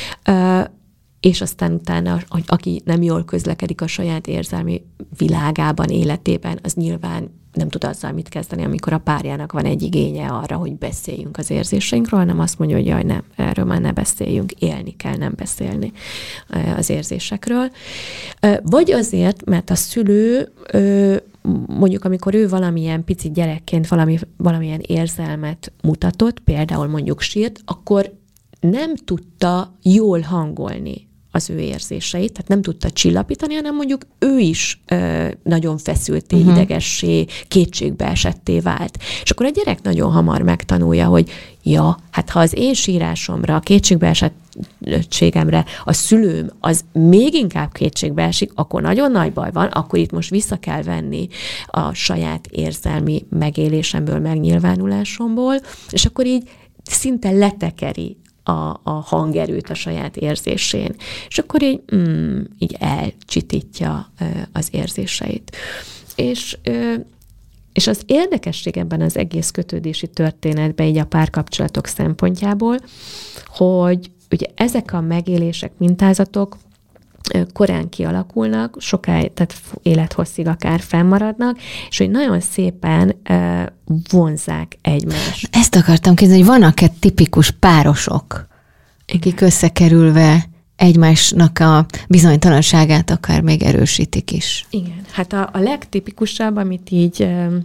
És aztán utána, hogy aki nem jól közlekedik a saját érzelmi világában, életében, az nyilván nem tud azzal mit kezdeni, amikor a párjának van egy igénye arra, hogy beszéljünk az érzéseinkről, hanem azt mondja, hogy jaj, nem, erről már ne beszéljünk, élni kell, nem beszélni az érzésekről. Vagy azért, mert a szülő, mondjuk amikor ő valamilyen pici gyerekként valami, valamilyen érzelmet mutatott, például mondjuk sírt, akkor nem tudta jól hangolni az ő érzéseit, tehát nem tudta csillapítani, hanem mondjuk ő is ö, nagyon feszülté, uh-huh. idegessé, kétségbeesetté vált. És akkor a gyerek nagyon hamar megtanulja, hogy ja, hát ha az én sírásomra, a kétségbeesettségemre a szülőm az még inkább kétségbeesik, akkor nagyon nagy baj van, akkor itt most vissza kell venni a saját érzelmi megélésemből, megnyilvánulásomból, és akkor így szinte letekeri A, a hangerőt a saját érzésén. És akkor így, mm, így elcsitítja az érzéseit. És, és az érdekesség ebben az egész kötődési történetben, így a párkapcsolatok szempontjából, hogy ugye ezek a megélések, mintázatok korán kialakulnak, sokáig, tehát élethosszig akár fennmaradnak, és hogy nagyon szépen vonzzák egymást. Ezt akartam kérdezni, hogy vannak-e tipikus párosok, akik összekerülve egymásnak a bizonytalanságát akár még erősítik is? Igen, hát a, a legtipikusabb, amit így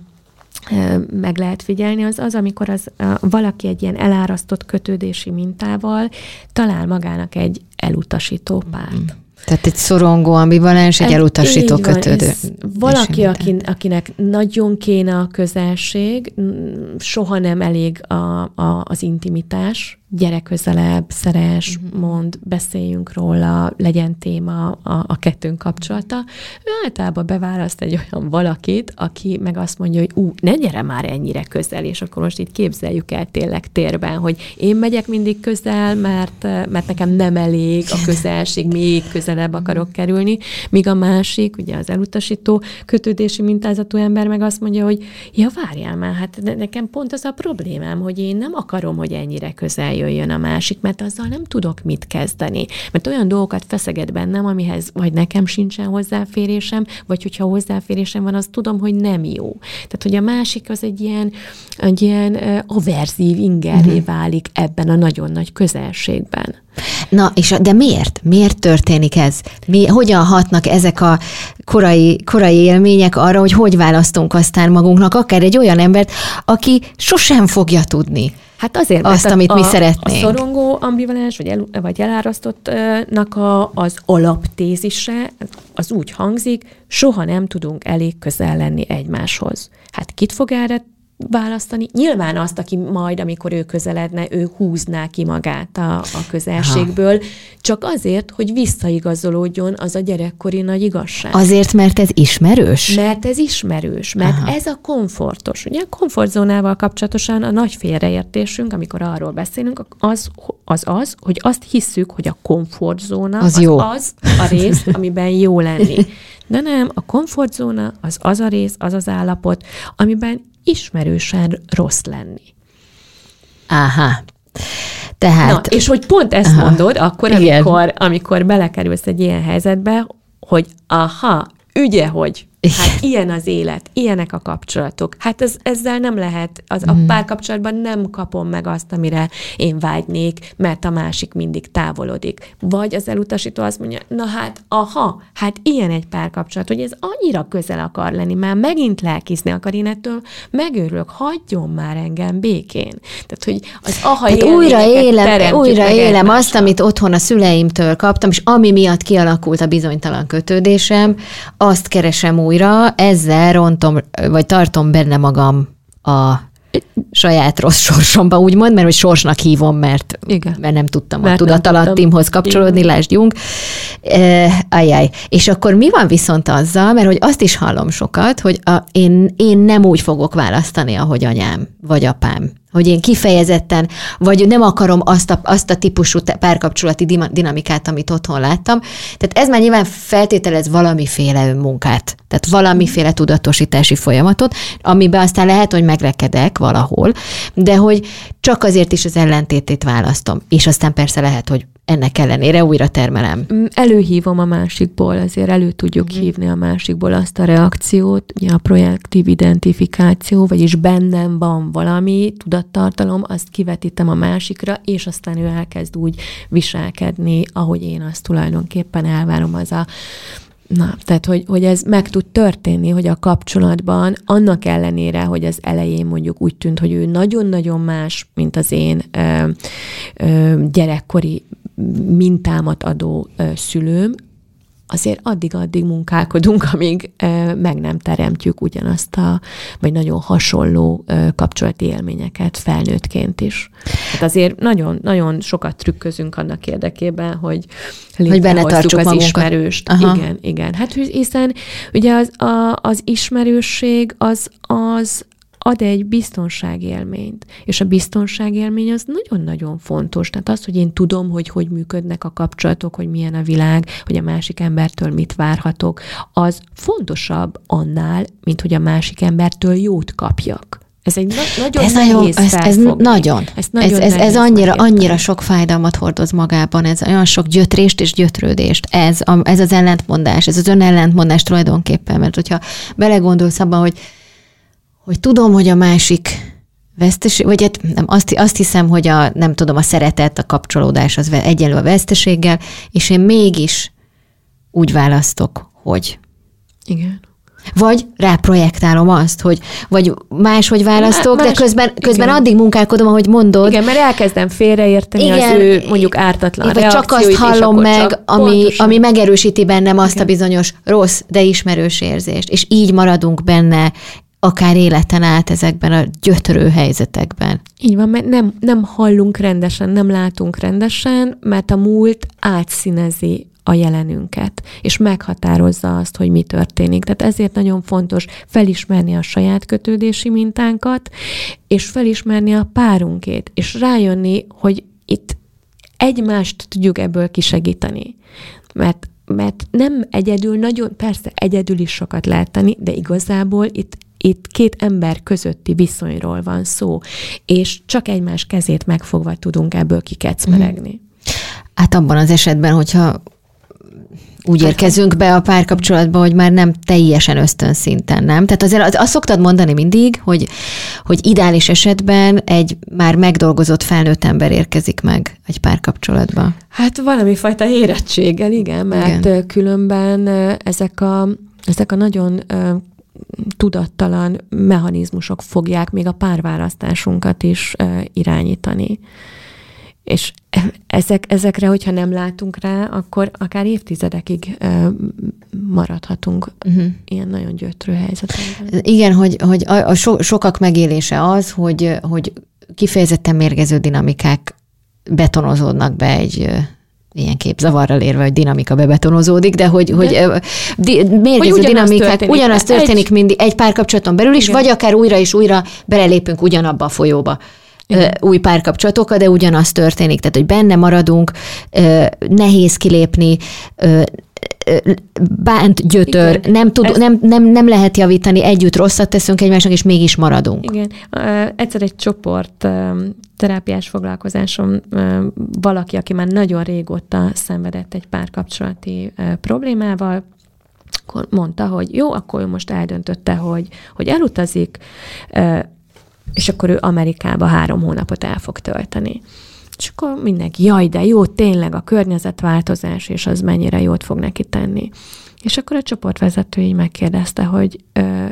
meg lehet figyelni, az az, amikor az, valaki egy ilyen elárasztott kötődési mintával talál magának egy elutasító párt. Mm. Tehát egy szorongó, ambivalens, egy, egy elutasító kötődő. Valaki, akin, akinek nagyon kéne a közelség, soha nem elég a, a, az intimitás, gyere közelebb, szeres, uh-huh. mond, beszéljünk róla, legyen téma a, a kettőnk kapcsolata. Ő általában beválaszt egy olyan valakit, aki meg azt mondja, hogy ú, ne gyere már ennyire közel, és akkor most itt képzeljük el tényleg térben, hogy én megyek mindig közel, mert, mert nekem nem elég a közelség, még közelebb akarok kerülni, míg a másik, ugye az elutasító kötődési mintázatú ember meg azt mondja, hogy ja, várjál már, hát nekem pont az a problémám, hogy én nem akarom, hogy ennyire közel jöjjön a másik, mert azzal nem tudok mit kezdeni. Mert olyan dolgokat feszeget bennem, amihez vagy nekem sincsen hozzáférésem, vagy hogyha hozzáférésem van, azt tudom, hogy nem jó. Tehát, hogy a másik az egy ilyen, egy ilyen uh, averzív ingerré uh-huh. válik ebben a nagyon nagy közelségben. Na, és de miért? Miért történik ez? Mi, hogyan hatnak ezek a korai, korai élmények arra, hogy hogy választunk aztán magunknak akár egy olyan embert, aki sosem fogja tudni hát azért, azt, mert amit a, mi szeretnénk. A szorongó, ambivalens vagy, el, vagy elárasztottnak a, az alaptézise az úgy hangzik, soha nem tudunk elég közel lenni egymáshoz. Hát kit fog erre választani? Nyilván azt, aki majd, amikor ő közeledne, ő húzná ki magát a, a közelségből, Aha. csak azért, hogy visszaigazolódjon az a gyerekkori nagy igazság. Azért, mert ez ismerős? Mert ez ismerős, mert Aha. ez a komfortos. Ugye a komfortzónával kapcsolatosan a nagy félreértésünk, amikor arról beszélünk, az az, az hogy azt hisszük, hogy a komfortzóna az, az, jó. az a rész, amiben jó lenni. De nem, a komfortzóna az az a rész, az az állapot, amiben ismerősen rossz lenni. Aha. Tehát... Na, és hogy pont ezt aha. mondod, akkor, amikor, amikor belekerülsz egy ilyen helyzetbe, hogy aha, ügye, hogy hát ilyen az élet, ilyenek a kapcsolatok. Hát ez, ezzel nem lehet, az, a párkapcsolatban nem kapom meg azt, amire én vágynék, mert a másik mindig távolodik. Vagy az elutasító azt mondja, na hát, aha, hát ilyen egy párkapcsolat, hogy ez annyira közel akar lenni, már megint lelkizni akar, én ettől megőrülök, hagyjon már engem békén. Tehát, hogy az aha hát újra élem, újra élem azt, amit otthon a szüleimtől kaptam, és ami miatt kialakult a bizonytalan kötődésem, azt keresem újra, ezzel rontom, vagy tartom benne magam a saját rossz sorsomba, úgymond, mert hogy sorsnak hívom, mert, mert nem tudtam mert a tudatalattimhoz kapcsolódni, igen. Lásd Jung. E, ajjaj. És akkor mi van viszont azzal, mert hogy azt is hallom sokat, hogy a, én, én nem úgy fogok választani, ahogy anyám, vagy apám. Hogy én kifejezetten, vagy nem akarom azt a, azt a típusú párkapcsolati dinamikát, amit otthon láttam. Tehát ez már nyilván feltételez valamiféle önmunkát, tehát valamiféle tudatosítási folyamatot, amiben aztán lehet, hogy megrekedek valahol, de hogy csak azért is az ellentétét választom. És aztán persze lehet, hogy ennek ellenére újra termelem. Előhívom a másikból, azért elő tudjuk mm. hívni a másikból azt a reakciót, ugye a projektív identifikáció, vagyis bennem van valami tudattartalom, azt kivetítem a másikra, és aztán ő elkezd úgy viselkedni, ahogy én azt tulajdonképpen elvárom, az a Na, tehát, hogy, hogy ez meg tud történni, hogy a kapcsolatban, annak ellenére, hogy az elején mondjuk úgy tűnt, hogy ő nagyon-nagyon más, mint az én ö, ö, gyerekkori mintámat adó ö, szülőm, azért addig-addig munkálkodunk, amíg ö, meg nem teremtjük ugyanazt a, vagy nagyon hasonló ö, kapcsolati élményeket felnőttként is. Hát azért nagyon, nagyon sokat trükközünk annak érdekében, hogy hogy benne tartsuk az magunkat. Ismerőst. Aha. Igen, igen. Hát hiszen ugye az, a, az ismerősség az, az ad egy biztonságélményt, és a biztonságélmény az nagyon-nagyon fontos. Tehát az, hogy én tudom, hogy hogy működnek a kapcsolatok, hogy milyen a világ, hogy a másik embertől mit várhatok, az fontosabb annál, mint hogy a másik embertől jót kapjak. Ez egy na- nagyon ez nehéz nagyon, ez, ez nagyon. Ez, nagyon ez, ez, ez annyira, megérteni. annyira sok fájdalmat hordoz magában, ez olyan sok gyötrést és gyötrődést. Ez, a, ez az ellentmondás, ez az önellentmondás tulajdonképpen, mert hogyha belegondolsz abban, hogy, hogy tudom, hogy a másik veszteség, vagy hát nem, azt, azt hiszem, hogy a, nem tudom, a szeretet, a kapcsolódás az egyenlő a veszteséggel, és én mégis úgy választok, hogy... Igen. Vagy ráprojektálom azt, hogy vagy máshogy választok, Más, de közben, közben addig munkálkodom, ahogy mondod. Igen, mert elkezdem félreérteni igen, az ő mondjuk ártatlan vagy csak azt hallom meg, ami, ami megerősíti bennem azt igen. a bizonyos rossz, de ismerős érzést. És így maradunk benne akár életen át ezekben a gyötrő helyzetekben. Így van, mert nem, nem hallunk rendesen, nem látunk rendesen, mert a múlt átszínezi a jelenünket, és meghatározza azt, hogy mi történik. Tehát ezért nagyon fontos felismerni a saját kötődési mintánkat, és felismerni a párunkét, és rájönni, hogy itt egymást tudjuk ebből kisegíteni. Mert, mert nem egyedül, nagyon, persze egyedül is sokat lehet tenni, de igazából itt Itt két ember közötti viszonyról van szó, és csak egymás kezét megfogva tudunk ebből kikecmeregni. Hát abban az esetben, hogyha úgy érkezünk be a párkapcsolatba, hogy már nem teljesen ösztönszinten, nem? Tehát azért azt szoktad mondani mindig, hogy, hogy ideális esetben egy már megdolgozott felnőtt ember érkezik meg egy párkapcsolatba. Hát valami fajta érettséggel, igen, mert igen. különben ezek a, ezek a nagyon tudattalan mechanizmusok fogják még a párválasztásunkat is irányítani. És ezek, ezekre, hogyha nem látunk rá, akkor akár évtizedekig maradhatunk uh-huh. ilyen nagyon gyötrő helyzetekben. Igen, hogy, hogy a, a so, sokak megélése az, hogy, hogy kifejezetten mérgező dinamikák betonozódnak be egy ilyen képzavarral érve, hogy dinamika bebetonozódik, de hogy, de, hogy di, mérgező hogy dinamikák, történik. ugyanaz történik egy, mindig egy párkapcsolaton belül is, igen. vagy akár újra és újra belelépünk ugyanabba a folyóba. Igen. Új párkapcsolatokkal, de ugyanaz történik. Tehát, hogy benne maradunk, nehéz kilépni, bánt, gyötör, nem, tud, Ez... nem, nem, nem lehet javítani, együtt rosszat teszünk egymásnak, és mégis maradunk. Igen. Egyszer egy csoport terápiás foglalkozáson valaki, aki már nagyon régóta szenvedett egy párkapcsolati problémával, akkor mondta, hogy jó, akkor ő most eldöntötte, hogy, hogy elutazik, és akkor ő Amerikába három hónapot el fog tölteni. És akkor mindenki, jaj, de jó, tényleg a környezetváltozás, és az mennyire jót fog neki tenni. És akkor a csoportvezető így megkérdezte, hogy ö,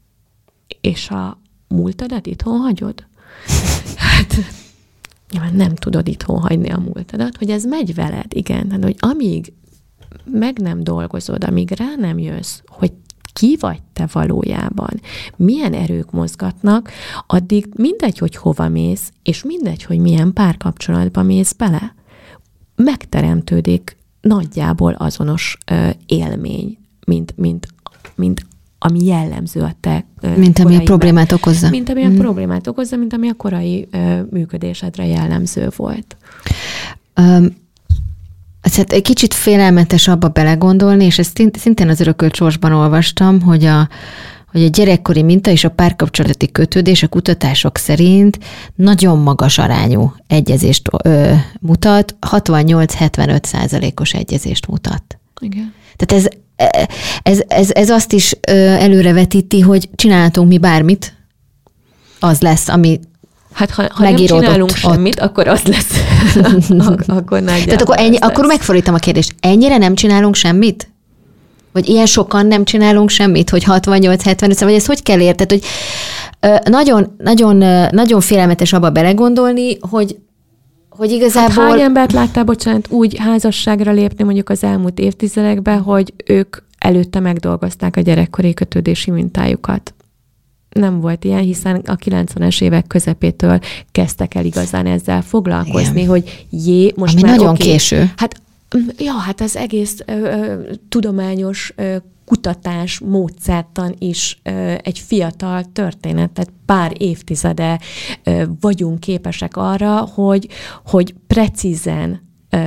és a múltadat itthon hagyod? Hát nem tudod itthon hagyni a múltadat, hogy ez megy veled, igen, hát, hogy amíg meg nem dolgozod, amíg rá nem jössz, hogy ki vagy te valójában, milyen erők mozgatnak, addig mindegy, hogy hova mész, és mindegy, hogy milyen párkapcsolatba mész bele. Megteremtődik nagyjából azonos ö, élmény, mint, mint, mint ami jellemző a te ö, Mint ami a problémát meg, okozza. Mint ami a mm. problémát okozza, mint ami a korai ö, működésedre jellemző volt. Um. Hát egy kicsit félelmetes abba belegondolni, és ezt szintén az Örökölt sorsban olvastam, hogy a, hogy a gyerekkori minta és a párkapcsolati kötődés a kutatások szerint nagyon magas arányú egyezést ö, mutat, hatvannyolc-hetvenöt százalékos egyezést mutat. Igen. Tehát ez, ez, ez, ez azt is ö, előrevetíti, hogy csinálhatunk mi bármit, az lesz, ami Hát ha, ha nem csinálunk ott. semmit, akkor az lesz. akkor Tehát akkor, ennyi, akkor megfordítom a kérdést. Ennyire nem csinálunk semmit? Vagy ilyen sokan nem csinálunk semmit, hogy hatvannyolc-hetvenöt, vagy ezt hogy kell érted? Hogy nagyon, nagyon, nagyon félelmetes abba belegondolni, hogy hogy igazából... Hát hány embert láttál, bocsánat, úgy házasságra lépni mondjuk az elmúlt évtizedekben, hogy ők előtte megdolgozták a gyerekkori kötődési mintájukat? Nem volt ilyen, hiszen a kilencvenes évek közepétől kezdtek el igazán ezzel foglalkozni, igen. hogy jé, most Ami már nagyon okay. késő. Hát, ja, hát az egész ö, ö, tudományos ö, kutatás, módszertan is ö, egy fiatal történet, tehát pár évtizede ö, vagyunk képesek arra, hogy, hogy precízen ö,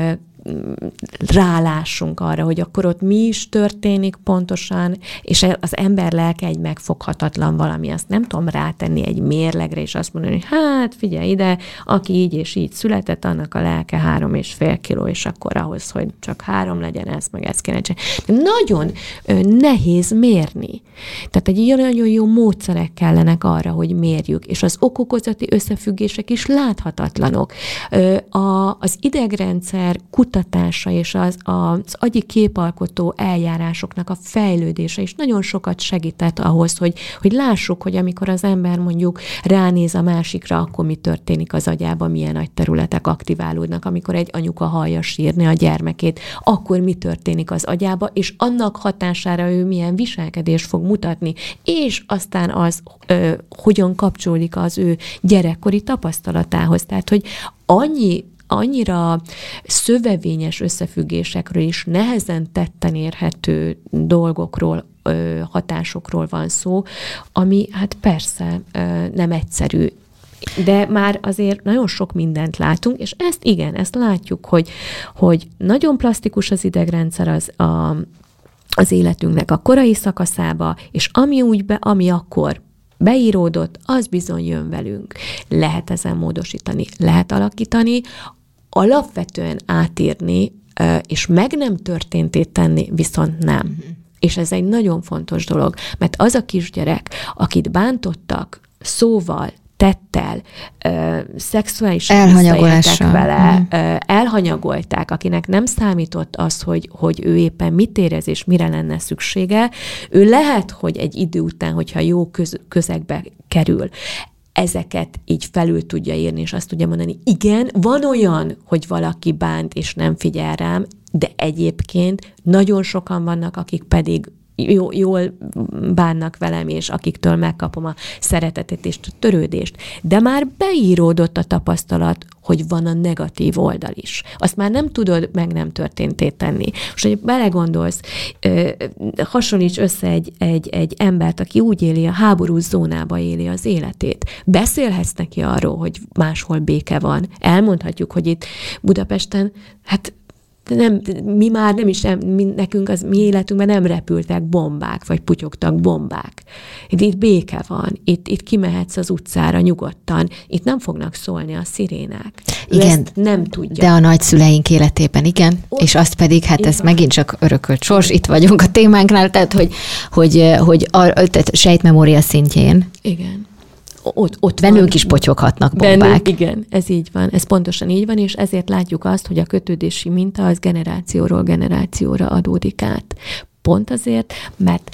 rálássunk arra, hogy akkor ott mi is történik pontosan, és az ember lelke egy megfoghatatlan valami, azt nem tudom rátenni egy mérlegre, és azt mondani, hogy hát figyelj ide, aki így és így született, annak a lelke három és fél kiló, és akkor ahhoz, hogy csak három legyen, ezt meg ezt kéne csinálni. Nagyon nehéz mérni. Tehát egy nagyon jó módszerek kellenek arra, hogy mérjük, és az okokozati összefüggések is láthatatlanok. A, az idegrendszer kutatása és az, az agyi képalkotó eljárásoknak a fejlődése is nagyon sokat segített ahhoz, hogy, hogy lássuk, hogy amikor az ember mondjuk ránéz a másikra, akkor mi történik az agyában, milyen nagy területek aktiválódnak, amikor egy anyuka hallja sírni a gyermekét, akkor mi történik az agyába, és annak hatására ő milyen viselkedést fog mutatni, és aztán az ö, hogyan kapcsolódik az ő gyerekkori tapasztalatához. Tehát, hogy annyi annyira szövevényes összefüggésekről is nehezen tetten érhető dolgokról, hatásokról van szó, ami hát persze nem egyszerű. De már azért nagyon sok mindent látunk, és ezt igen, ezt látjuk, hogy, hogy nagyon plastikus az idegrendszer az a, az életünknek a korai szakaszába, és ami úgy be, ami akkor beíródott, az bizony jön velünk. Lehet ezen módosítani, lehet alakítani, alapvetően átírni, és meg nem történtét tenni, viszont nem. Mm-hmm. És ez egy nagyon fontos dolog, mert az a kisgyerek, akit bántottak szóval, tettel, ö, szexuálisan visszaéltek vele, mm. ö, elhanyagolták, akinek nem számított az, hogy, hogy ő éppen mit érez és mire lenne szüksége, ő lehet, hogy egy idő után, hogyha jó köz, közegbe kerül, ezeket így felül tudja írni, és azt tudja mondani, igen, van olyan, hogy valaki bánt, és nem figyel rám, de egyébként nagyon sokan vannak, akik pedig Jó, jól bánnak velem, és akiktől megkapom a szeretetet és a törődést. De már beíródott a tapasztalat, hogy van a negatív oldal is. Azt már nem tudod meg nem történtét tenni. Most, hogy belegondolsz, hasonlíts össze egy, egy, egy embert, aki úgy éli, a háborús zónába éli az életét. Beszélhetsz neki arról, hogy máshol béke van. Elmondhatjuk, hogy itt Budapesten, hát nem, mi már nem is, mi, nekünk az mi életünkben nem repültek bombák, vagy putyogtak bombák. Itt, itt béke van, itt, itt kimehetsz az utcára nyugodtan, itt nem fognak szólni a szirénák. Igen, nem tudja. De a nagyszüleink életében igen, Ott, és azt pedig, hát ez van. Megint csak örökölt sors, itt vagyunk a témánknál, tehát hogy, hogy, hogy a, tehát sejtmemória szintjén. Igen. Ott, ott bennünk van. is potyoghatnak bombák. Bennünk, igen, ez így van, ez pontosan így van, és ezért látjuk azt, hogy a kötődési minta az generációról generációra adódik át. Pont azért, mert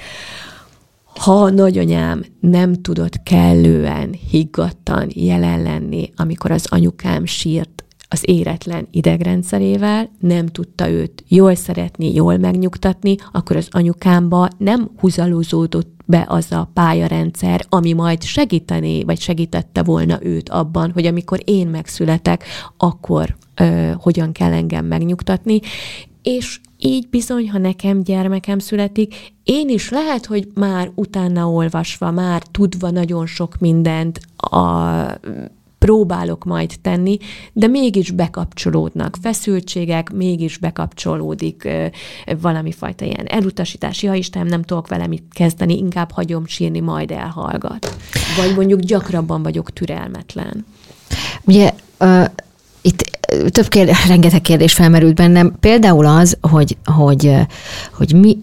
ha a nagyanyám nem tudott kellően higgadtan jelen lenni, amikor az anyukám sírt az éretlen idegrendszerével, nem tudta őt jól szeretni, jól megnyugtatni, akkor az anyukámba nem húzalozódott be az a pályarendszer, ami majd segíteni, vagy segítette volna őt abban, hogy amikor én megszületek, akkor ö, hogyan kell engem megnyugtatni, és így bizony, ha nekem gyermekem születik, én is lehet, hogy már utána olvasva, már tudva nagyon sok mindent a próbálok majd tenni, de mégis bekapcsolódnak feszültségek, mégis bekapcsolódik ö, valami fajta ilyen elutasítás. Ja, Istenem, nem tudok vele mit kezdeni, inkább hagyom sírni, majd elhallgat. Vagy mondjuk gyakrabban vagyok türelmetlen. Ugye uh, itt több kérdés, rengeteg kérdés felmerült bennem. Például az, hogy, hogy, hogy mi,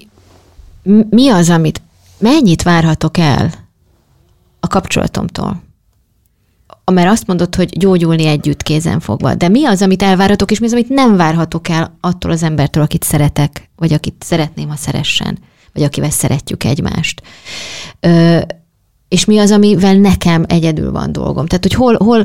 mi az, amit mennyit várhatok el a kapcsolatomtól? Mert azt mondod, hogy gyógyulni együtt kézen fogva. De mi az, amit elvárhatok, és mi az, amit nem várhatok el attól az embertől, akit szeretek, vagy akit szeretném, ha szeressen, vagy akivel szeretjük egymást. Ö, és mi az, amivel nekem egyedül van dolgom. Tehát, hogy hol, hol,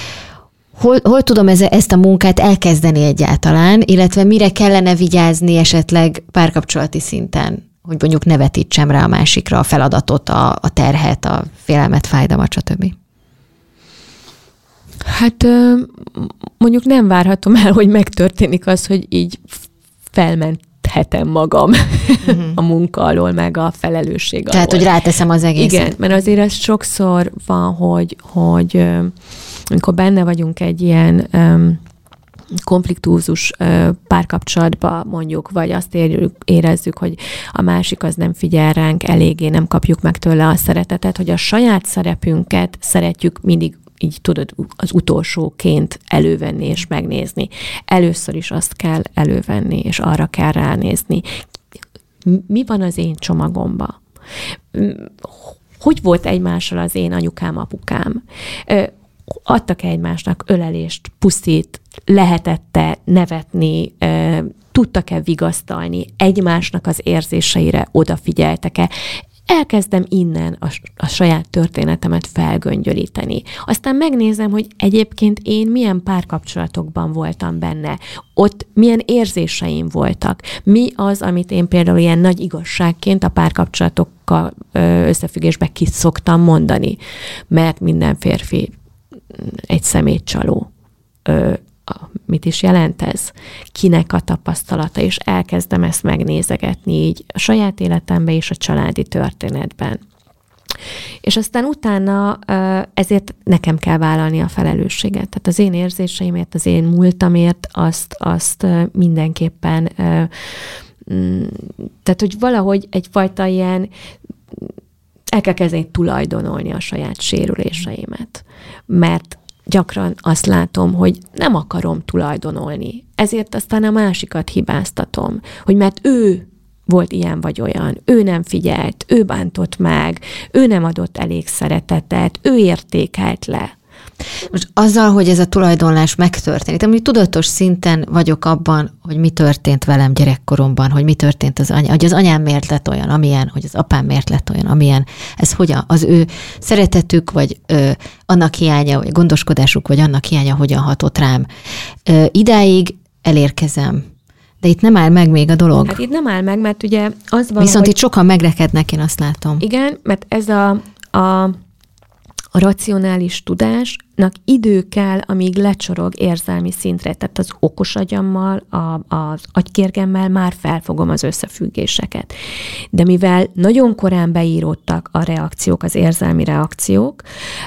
hol, hol tudom ezt a munkát elkezdeni egyáltalán, illetve mire kellene vigyázni esetleg párkapcsolati szinten, hogy mondjuk ne vetítsem rá a másikra a feladatot, a, a terhet, a félelmet, fájdalmat, stb. Hát mondjuk nem várhatom el, hogy megtörténik az, hogy így felmenthetem magam uh-huh. a munka alól, meg a felelősség alól. Tehát, hogy ráteszem az egészet. Igen, mert azért ez sokszor van, hogy, hogy amikor benne vagyunk egy ilyen um, konfliktuózus párkapcsolatba mondjuk, vagy azt érjük, érezzük, hogy a másik az nem figyel ránk eléggé, nem kapjuk meg tőle a szeretetet, hogy a saját szerepünket szeretjük mindig így tudod, az utolsóként elővenni és megnézni. Először is azt kell elővenni, és arra kell ránézni. Mi van az én csomagomba? Hogy volt egymással az én anyukám, apukám? Adtak egymásnak ölelést, puszit, lehetette nevetni, tudtak-e vigasztalni, egymásnak az érzéseire odafigyeltek-e? Elkezdem innen a, a saját történetemet felgöngyölíteni. Aztán megnézem, hogy egyébként én milyen párkapcsolatokban voltam benne, ott milyen érzéseim voltak. Mi az, amit én például ilyen nagy igazságként a párkapcsolatokkal összefüggésben ki szoktam mondani, mert minden férfi egy szemétcsaló. Mit is jelent ez? Kinek a tapasztalata, és elkezdem ezt megnézegetni így a saját életemben és a családi történetben. És aztán utána ezért nekem kell vállalni a felelősséget. Tehát az én érzéseimért, az én múltamért azt, azt mindenképpen, tehát hogy valahogy egyfajta ilyen el kell kezdeni tulajdonolni a saját sérüléseimet. Mert gyakran azt látom, hogy nem akarom tulajdonolni. Ezért aztán a másikat hibáztatom, hogy mert ő volt ilyen vagy olyan, ő nem figyelt, ő bántott meg, ő nem adott elég szeretetet, ő értékelt le. Most azzal, hogy ez a tulajdonlás megtörténik, amúgy tudatos szinten vagyok abban, hogy mi történt velem gyerekkoromban, hogy mi történt az anyám, hogy az anyám miért lett olyan, amilyen, hogy az apám miért lett olyan, amilyen, ez hogyan, az ő szeretetük, vagy ö, annak hiánya, vagy gondoskodásuk, vagy annak hiánya hogyan hatott rám. Ö, idáig elérkezem. De itt nem áll meg még a dolog. Hát itt nem áll meg, mert ugye az van, Viszont hogy... itt sokan megrekednek, én azt látom. Igen, mert ez a, a A racionális tudásnak idő kell, amíg lecsorog érzelmi szintre. Tehát az okos agyammal, a, az agykérgemmel már felfogom az összefüggéseket. De mivel nagyon korán beíródtak a reakciók, az érzelmi reakciók,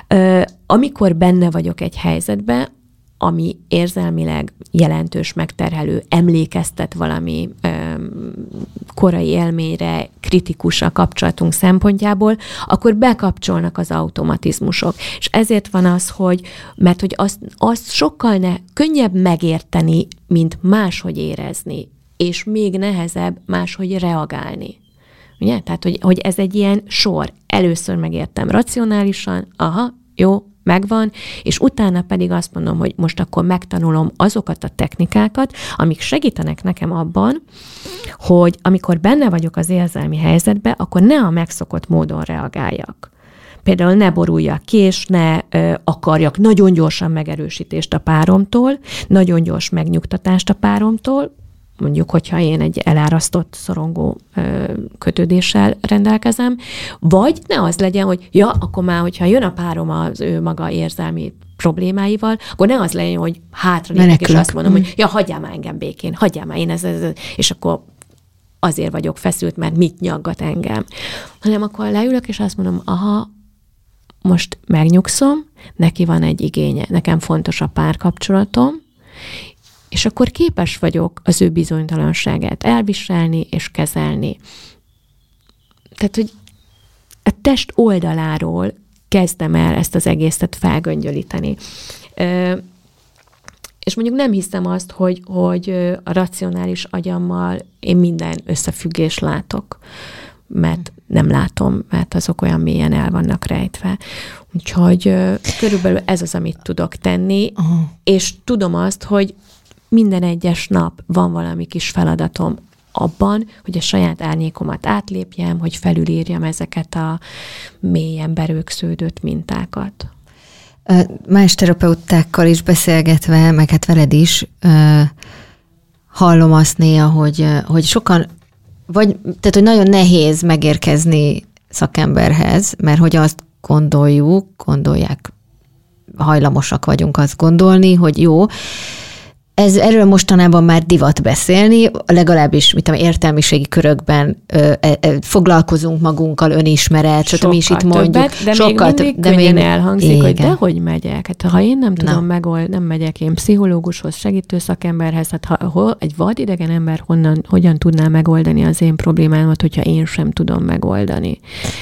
amikor benne vagyok egy helyzetben, ami érzelmileg jelentős, megterhelő, emlékeztet valami öm, korai élményre, kritikus a kapcsolatunk szempontjából, akkor bekapcsolnak az automatizmusok. És ezért van az, hogy, mert hogy azt, azt sokkal ne, könnyebb megérteni, mint máshogy érezni, és még nehezebb máshogy reagálni. Ugye? Tehát, hogy, hogy ez egy ilyen sor. Először megértem racionálisan, aha, jó, megvan, és utána pedig azt mondom, hogy most akkor megtanulom azokat a technikákat, amik segítenek nekem abban, hogy amikor benne vagyok az érzelmi helyzetben, akkor ne a megszokott módon reagáljak. Például ne boruljak ki, és ne ö, akarjak nagyon gyorsan megerősítést a páromtól, nagyon gyors megnyugtatást a páromtól, mondjuk, hogyha én egy elárasztott, szorongó ö, kötődéssel rendelkezem, vagy ne az legyen, hogy ja, akkor már, hogyha jön a párom az ő maga érzelmi problémáival, akkor ne az legyen, hogy hátralépek, és azt mondom, hogy ja, hagyjál már engem békén, hagyjál már én ez, ez, ez, és akkor azért vagyok feszült, mert mit nyaggat engem. Hanem akkor leülök, és azt mondom, aha, most megnyugszom, neki van egy igénye, nekem fontos a párkapcsolatom, és akkor képes vagyok az ő bizonytalanságát elviselni és kezelni. Tehát, hogy a test oldaláról kezdem el ezt az egészet felgöngyölíteni. És mondjuk nem hiszem azt, hogy, hogy a racionális agyammal én minden összefüggést látok, mert nem látom, mert azok olyan mélyen el vannak rejtve. Úgyhogy körülbelül ez az, amit tudok tenni, uh-huh. és tudom azt, hogy minden egyes nap van valami kis feladatom abban, hogy a saját árnyékomat átlépjem, hogy felülírjam ezeket a mélyen berögződött mintákat. Más terapeutákkal is beszélgetve, meg hát veled is, hallom azt néha, hogy, hogy sokan, vagy, tehát hogy nagyon nehéz megérkezni szakemberhez, mert hogy azt gondoljuk, gondolják, hajlamosak vagyunk azt gondolni, hogy jó, Ez, erről mostanában már divat beszélni, legalábbis mit tudom, értelmiségi körökben ö, ö, foglalkozunk magunkkal, önismeret, sokkal mi is itt mondjuk. Többet, de sokkal még mindig több, de még elhangzik, igen. Hogy dehogy megyek. Hát, ha én nem tudom megold, nem megyek én pszichológushoz, segítő szakemberhez, hát ha, ha egy vadidegen ember honnan, hogyan tudná megoldani az én problémámat, hogyha én sem tudom megoldani.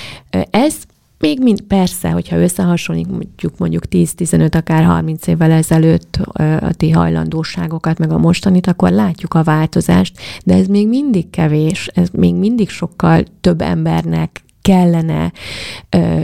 Ez még mind, persze, hogyha összehasonlítjuk mondjuk tíz-tizenöt, akár harminc évvel ezelőtt a ti hajlandóságokat, meg a mostanit, akkor látjuk a változást, de ez még mindig kevés, ez még mindig sokkal több embernek kellene ö,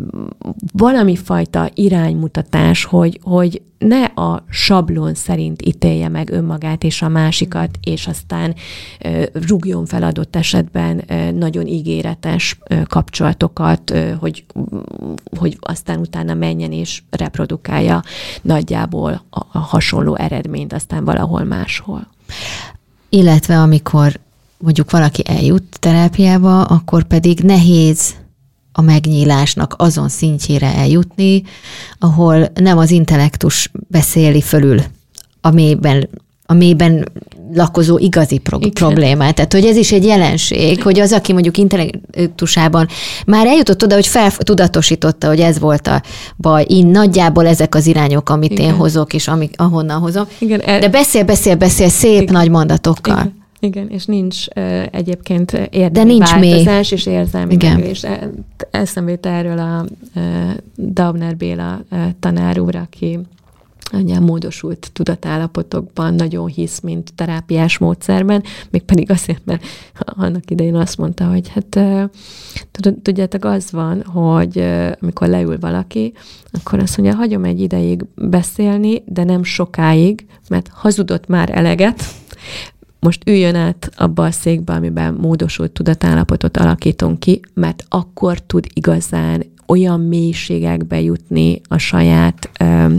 valami fajta iránymutatás, hogy, hogy ne a sablon szerint ítélje meg önmagát és a másikat, és aztán ö, rúgjon fel adott esetben ö, nagyon ígéretes ö, kapcsolatokat, ö, hogy, hogy aztán utána menjen és reprodukálja nagyjából a, a hasonló eredményt aztán valahol máshol. Illetve amikor mondjuk valaki eljut terápiába, akkor pedig nehéz a megnyílásnak azon szintjére eljutni, ahol nem az intellektus beszéli fölül a mélyben, a mélyben lakozó igazi pro- problémát. Tehát, hogy ez is egy jelenség, hogy az, aki mondjuk intellektusában már eljutott oda, hogy feltudatosította, hogy ez volt a baj, én nagyjából ezek az irányok, amit Igen. én hozok, és amik, ahonnan hozom. Igen, el... De beszél, beszél, beszél szép Igen. nagy mondatokkal. Igen. Igen, és nincs uh, egyébként érdemi nincs változás mély. És érzelmi megélés. Eszembe jut erről a uh, Daubner Béla uh, tanár úr, aki annyian módosult tudatállapotokban nagyon hisz, mint terápiás módszerben, mégpedig azért, mert annak idején azt mondta, hogy hát uh, tudjátok, az van, hogy uh, amikor leül valaki, akkor azt mondja, hagyom egy ideig beszélni, de nem sokáig, mert hazudott már eleget, most üljön át abba a székbe, amiben módosult tudatállapotot alakítunk ki, mert akkor tud igazán olyan mélységekbe jutni a saját öm,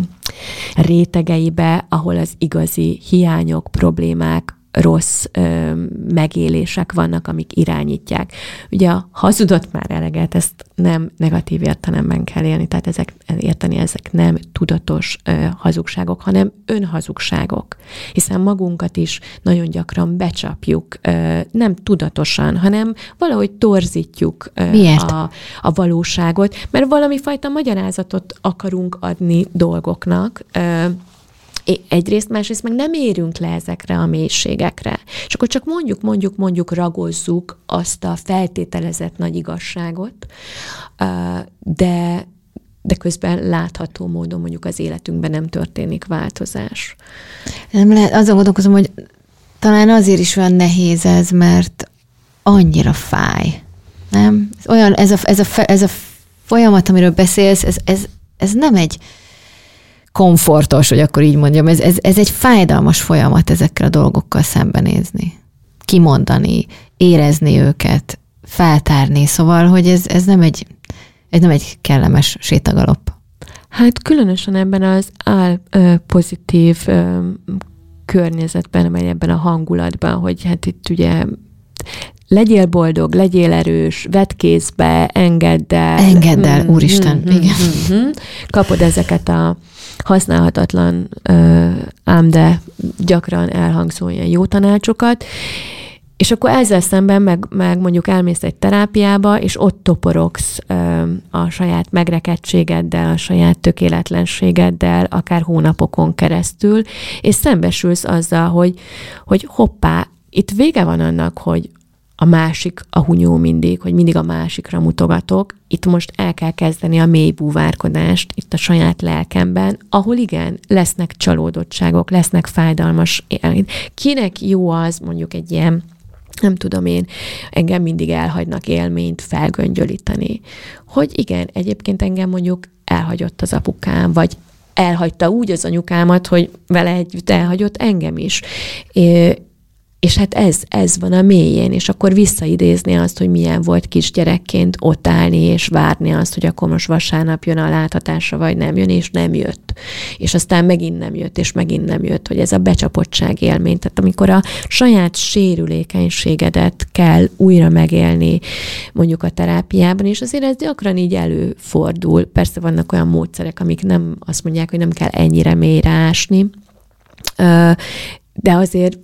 rétegeibe, ahol az igazi hiányok, problémák, rossz ö, megélések vannak, amik irányítják. Ugye a hazudott már eleget, ezt nem negatív értelemben kell élni, tehát ezek, érteni, ezek nem tudatos ö, hazugságok, hanem önhazugságok. Hiszen magunkat is nagyon gyakran becsapjuk, ö, nem tudatosan, hanem valahogy torzítjuk ö, a, a valóságot, mert valami fajta magyarázatot akarunk adni dolgoknak, ö, egyrészt, másrészt meg nem érünk le ezekre a mélységekre. És akkor csak mondjuk, mondjuk, mondjuk ragozzuk azt a feltételezett nagy igazságot, de, de közben látható módon mondjuk az életünkben nem történik változás. Nem lehet, azon gondolkozom, hogy talán azért is olyan nehéz ez, mert annyira fáj. Nem? Olyan, ez a, ez a, ez a folyamat, amiről beszélsz, ez, ez, ez nem egy komfortos, hogy akkor így mondjam, ez, ez, ez egy fájdalmas folyamat ezekkel a dolgokkal szembenézni, kimondani, érezni őket, feltárni, szóval, hogy ez, ez nem egy, ez nem egy kellemes sétagalop. Hát különösen ebben az áll ö, pozitív ö, környezetben, vagy ebben a hangulatban, hogy hát itt ugye legyél boldog, legyél erős, vedd kézbe, engedd el. Engedd el, mm, úristen, mm, igen. Mm, mm, kapod ezeket a használhatatlan, ám de gyakran elhangzó ilyen jó tanácsokat, és akkor ezzel szemben meg, meg mondjuk elmész egy terápiába, és ott toporogsz a saját megrekedtségeddel, a saját tökéletlenségeddel, akár hónapokon keresztül, és szembesülsz azzal, hogy, hogy hoppá, itt vége van annak, hogy a másik a hunyó mindig, hogy mindig a másikra mutogatok. Itt most el kell kezdeni a mély búvárkodást itt a saját lelkemben, ahol igen, lesznek csalódottságok, lesznek fájdalmas élmény. Kinek jó az mondjuk egy ilyen, nem tudom én, engem mindig elhagynak élményt felgöngyölíteni. Hogy igen, egyébként engem mondjuk elhagyott az apukám, vagy elhagyta úgy az anyukámat, hogy vele együtt elhagyott engem is. É, És hát ez, ez van a mélyén, és akkor visszaidézni azt, hogy milyen volt kisgyerekként ott állni, és várni azt, hogy akkor most vasárnap jön a láthatásra, vagy nem jön, és nem jött. És aztán megint nem jött, és megint nem jött, hogy ez a becsapottság élmény. Tehát amikor a saját sérülékenységedet kell újra megélni mondjuk a terápiában, és azért ez gyakran így előfordul. Persze vannak olyan módszerek, amik nem azt mondják, hogy nem kell ennyire mélyre ásni, De azért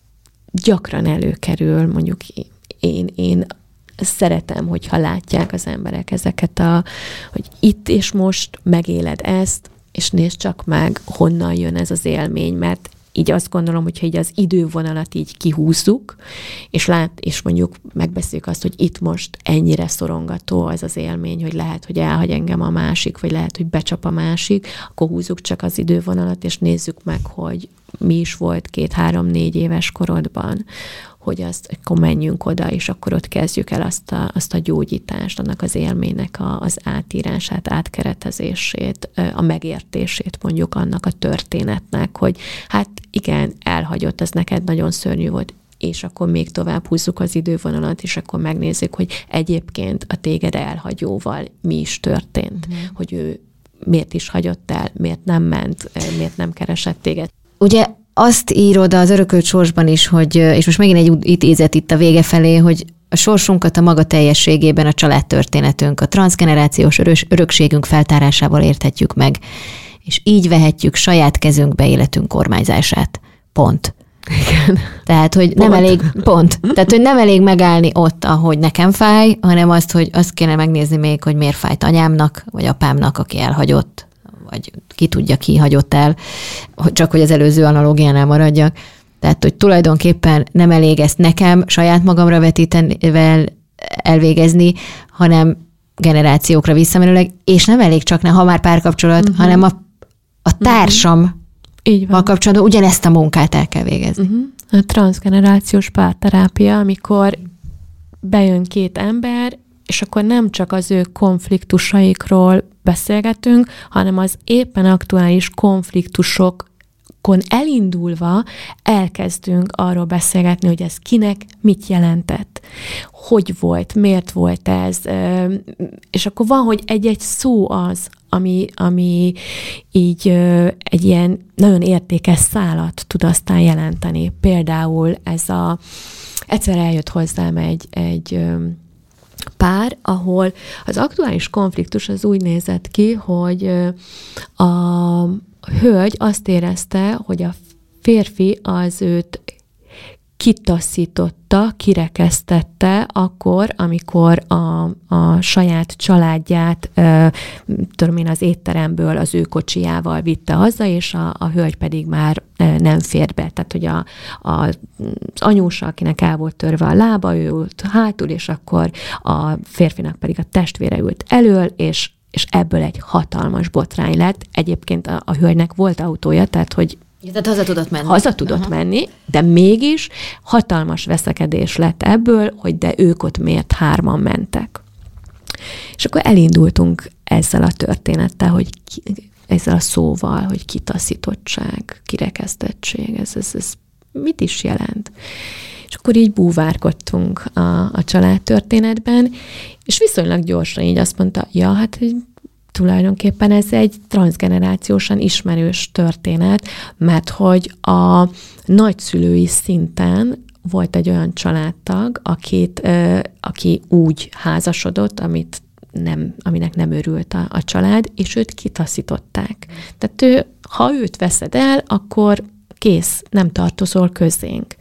gyakran előkerül, mondjuk én, én szeretem, hogyha látják az emberek ezeket a, hogy itt és most megéled ezt, és nézd csak meg, honnan jön ez az élmény, mert így azt gondolom, hogyha így az idővonalat így kihúzzuk, és lát, és mondjuk megbeszéljük azt, hogy itt most ennyire szorongató az az élmény, hogy lehet, hogy elhagy engem a másik, vagy lehet, hogy becsap a másik, akkor húzzuk csak az idővonalat, és nézzük meg, hogy mi is volt két-három-négy éves korodban, hogy azt, akkor menjünk oda, és akkor ott kezdjük el azt a, azt a gyógyítást, annak az élménynek a, az átírását, átkeretezését, a megértését mondjuk annak a történetnek, hogy hát igen, elhagyott, az neked nagyon szörnyű volt, és akkor még tovább húzzuk az idővonalat, és akkor megnézzük, hogy egyébként a téged elhagyóval mi is történt, mm. hogy ő miért is hagyott el, miért nem ment, miért nem keresett téged. Ugye azt írod az Örökölt sorsban is, hogy, és most megint egy idézet itt a vége felé, hogy a sorsunkat a maga teljességében a családtörténetünk, a transzgenerációs örös, örökségünk feltárásával érthetjük meg, és így vehetjük saját kezünkbe életünk kormányzását. Pont. Igen. Tehát, hogy pont. nem elég, pont. Tehát, hogy nem elég megállni ott, ahogy nekem fáj, hanem azt, hogy azt kéne megnézni még, hogy miért fájt anyámnak, vagy apámnak, aki elhagyott, vagy ki tudja, ki hagyott el, csak hogy az előző analógiánál maradjak. Tehát, hogy tulajdonképpen nem elég ezt nekem saját magamra vetítevel elvégezni, hanem generációkra visszamenőleg, és nem elég csak, ne, ha már párkapcsolat, uh-huh. hanem a, a társam uh-huh. kapcsolatban ugyanezt a munkát el kell végezni. Uh-huh. A transzgenerációs párterápia, amikor bejön két ember, és akkor nem csak az ő konfliktusaikról beszélgetünk, hanem az éppen aktuális konfliktusokon elindulva elkezdünk arról beszélgetni, hogy ez kinek mit jelentett, hogy volt, miért volt ez, és akkor van, hogy egy-egy szó az, ami, ami így egy ilyen nagyon értékes szálat tud aztán jelenteni. Például ez a, egyszer eljött hozzám egy, egy pár, ahol az aktuális konfliktus az úgy nézett ki, hogy a hölgy azt érezte, hogy a férfi az őt kitaszította, kirekesztette akkor, amikor a, a saját családját, e, tudom én, az étteremből az ő kocsijával vitte haza, és a, a hölgy pedig már e, nem fér be. Tehát, hogy a, a, az anyósa, akinek el volt törve a lába, ő ült hátul, és akkor a férfinak pedig a testvére ült elől, és, és ebből egy hatalmas botrány lett. Egyébként a, a hölgynek volt autója, tehát, hogy Ja, tehát haza tudott menni. Haza tudott Aha. menni, de mégis hatalmas veszekedés lett ebből, hogy de ők ott miért hárman mentek. És akkor elindultunk ezzel a történettel, hogy ki, ezzel a szóval, hogy kitaszítottság, kirekesztettség, ez, ez, ez mit is jelent? És akkor így búvárkodtunk a, a családtörténetben, és viszonylag gyorsan így azt mondta, ja, hát tulajdonképpen ez egy transzgenerációsan ismerős történet, mert hogy a nagyszülői szinten volt egy olyan családtag, akit, aki úgy házasodott, amit nem, aminek nem örült a, a család, és őt kitaszították. Tehát ő, ha őt veszed el, akkor kész, nem tartozol közénk.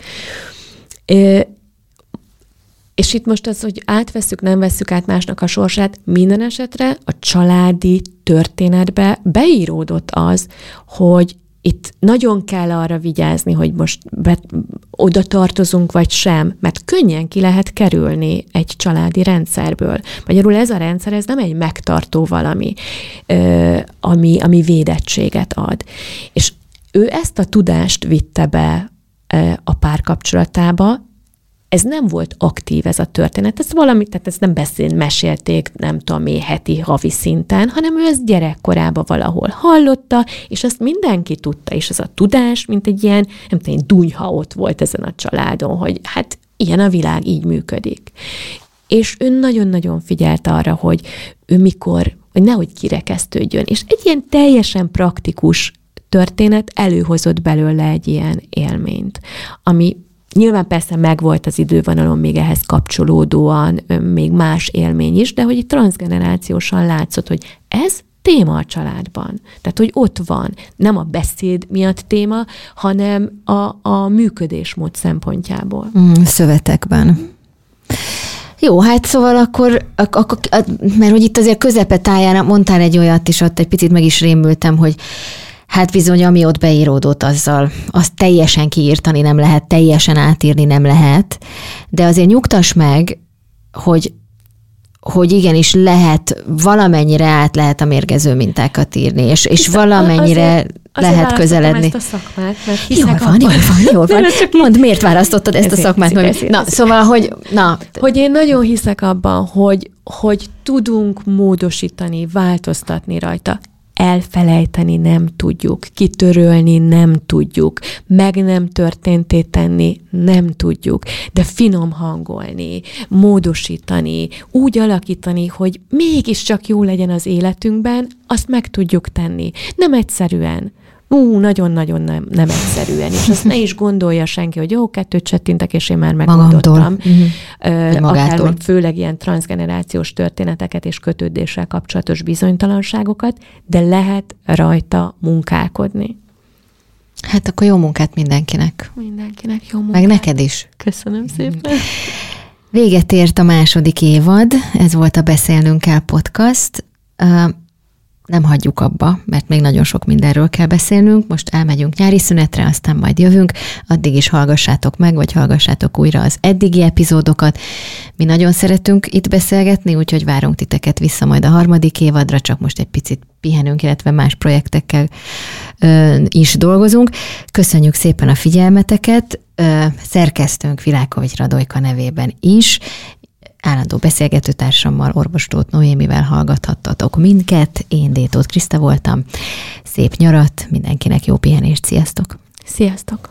És itt most az, hogy átveszük, nem vesszük át másnak a sorsát, minden esetre a családi történetbe beíródott az, hogy itt nagyon kell arra vigyázni, hogy most be, oda tartozunk, vagy sem, mert könnyen ki lehet kerülni egy családi rendszerből. Magyarul ez a rendszer, ez nem egy megtartó valami, ami, ami védettséget ad. És ő ezt a tudást vitte be a párkapcsolatába. Ez nem volt aktív, ez a történet, ez valami, tehát ezt nem beszél, mesélték, nem tudom én, heti, havi szinten, hanem ő ezt gyerekkorában valahol hallotta, és azt mindenki tudta, és ez a tudás, mint egy ilyen, nem tudom én, dunyha ott volt ezen a családon, hogy hát ilyen a világ, így működik. És ő nagyon-nagyon figyelt arra, hogy ő mikor, hogy nehogy kirekesztődjön, és egy ilyen teljesen praktikus történet előhozott belőle egy ilyen élményt, ami nyilván persze megvolt az idővonalon még ehhez kapcsolódóan még más élmény is, de hogy itt transzgenerációsan látszott, hogy ez téma a családban. Tehát, hogy ott van. Nem a beszéd miatt téma, hanem a, a működésmód szempontjából. Mm, szövetekben. Jó, hát szóval akkor, akkor, mert hogy itt azért közepetáján mondtál egy olyat, és ott egy picit meg is rémültem, hogy hát bizony, ami ott beíródott, azzal azt teljesen kiírtani nem lehet, teljesen átírni nem lehet, de azért nyugtass meg, hogy hogy igenis lehet, valamennyire át lehet a mérgező mintákat írni, és, és valamennyire azért, lehet azért közeledni. Ezt a szakmát, mert hiszek jól van, jól van, jól van. Mondd, miért választottad ezt ezért, a szakmát? Ezért, ezért, na, ezért. Szóval, hogy... Na. Hogy én nagyon hiszek abban, hogy, hogy tudunk módosítani, változtatni rajta. Elfelejteni nem tudjuk, kitörölni nem tudjuk, meg nem történté tenni nem tudjuk, de finom hangolni, módosítani, úgy alakítani, hogy mégiscsak jó legyen az életünkben, azt meg tudjuk tenni. Nem egyszerűen. Ú, nagyon-nagyon nem, nem egyszerűen. És azt ne is gondolja senki, hogy jó, kettőt csettintek, és én már megoldottam. Uh-huh. Akár főleg ilyen transzgenerációs történeteket és kötődéssel kapcsolatos bizonytalanságokat, de lehet rajta munkálkodni. Hát akkor jó munkát mindenkinek. Mindenkinek jó munkát. Meg neked is. Köszönöm szépen. Véget ért a második évad, ez volt a Beszélnünk kell podcast. Nem hagyjuk abba, mert még nagyon sok mindenről kell beszélnünk. Most elmegyünk nyári szünetre, aztán majd jövünk. Addig is hallgassátok meg, vagy hallgassátok újra az eddigi epizódokat. Mi nagyon szeretünk itt beszélgetni, úgyhogy várunk titeket vissza majd a harmadik évadra, csak most egy picit pihenünk, illetve más projektekkel ö, is dolgozunk. Köszönjük szépen a figyelmeteket. Ö, szerkesztőnk Vilákovics Radojka nevében is. Állandó beszélgetőtársammal, Orvos Tóth Noémivel hallgathattatok minket. Én D. Tóth Kriszta voltam. Szép nyarat, mindenkinek jó pihenést, sziasztok! Sziasztok!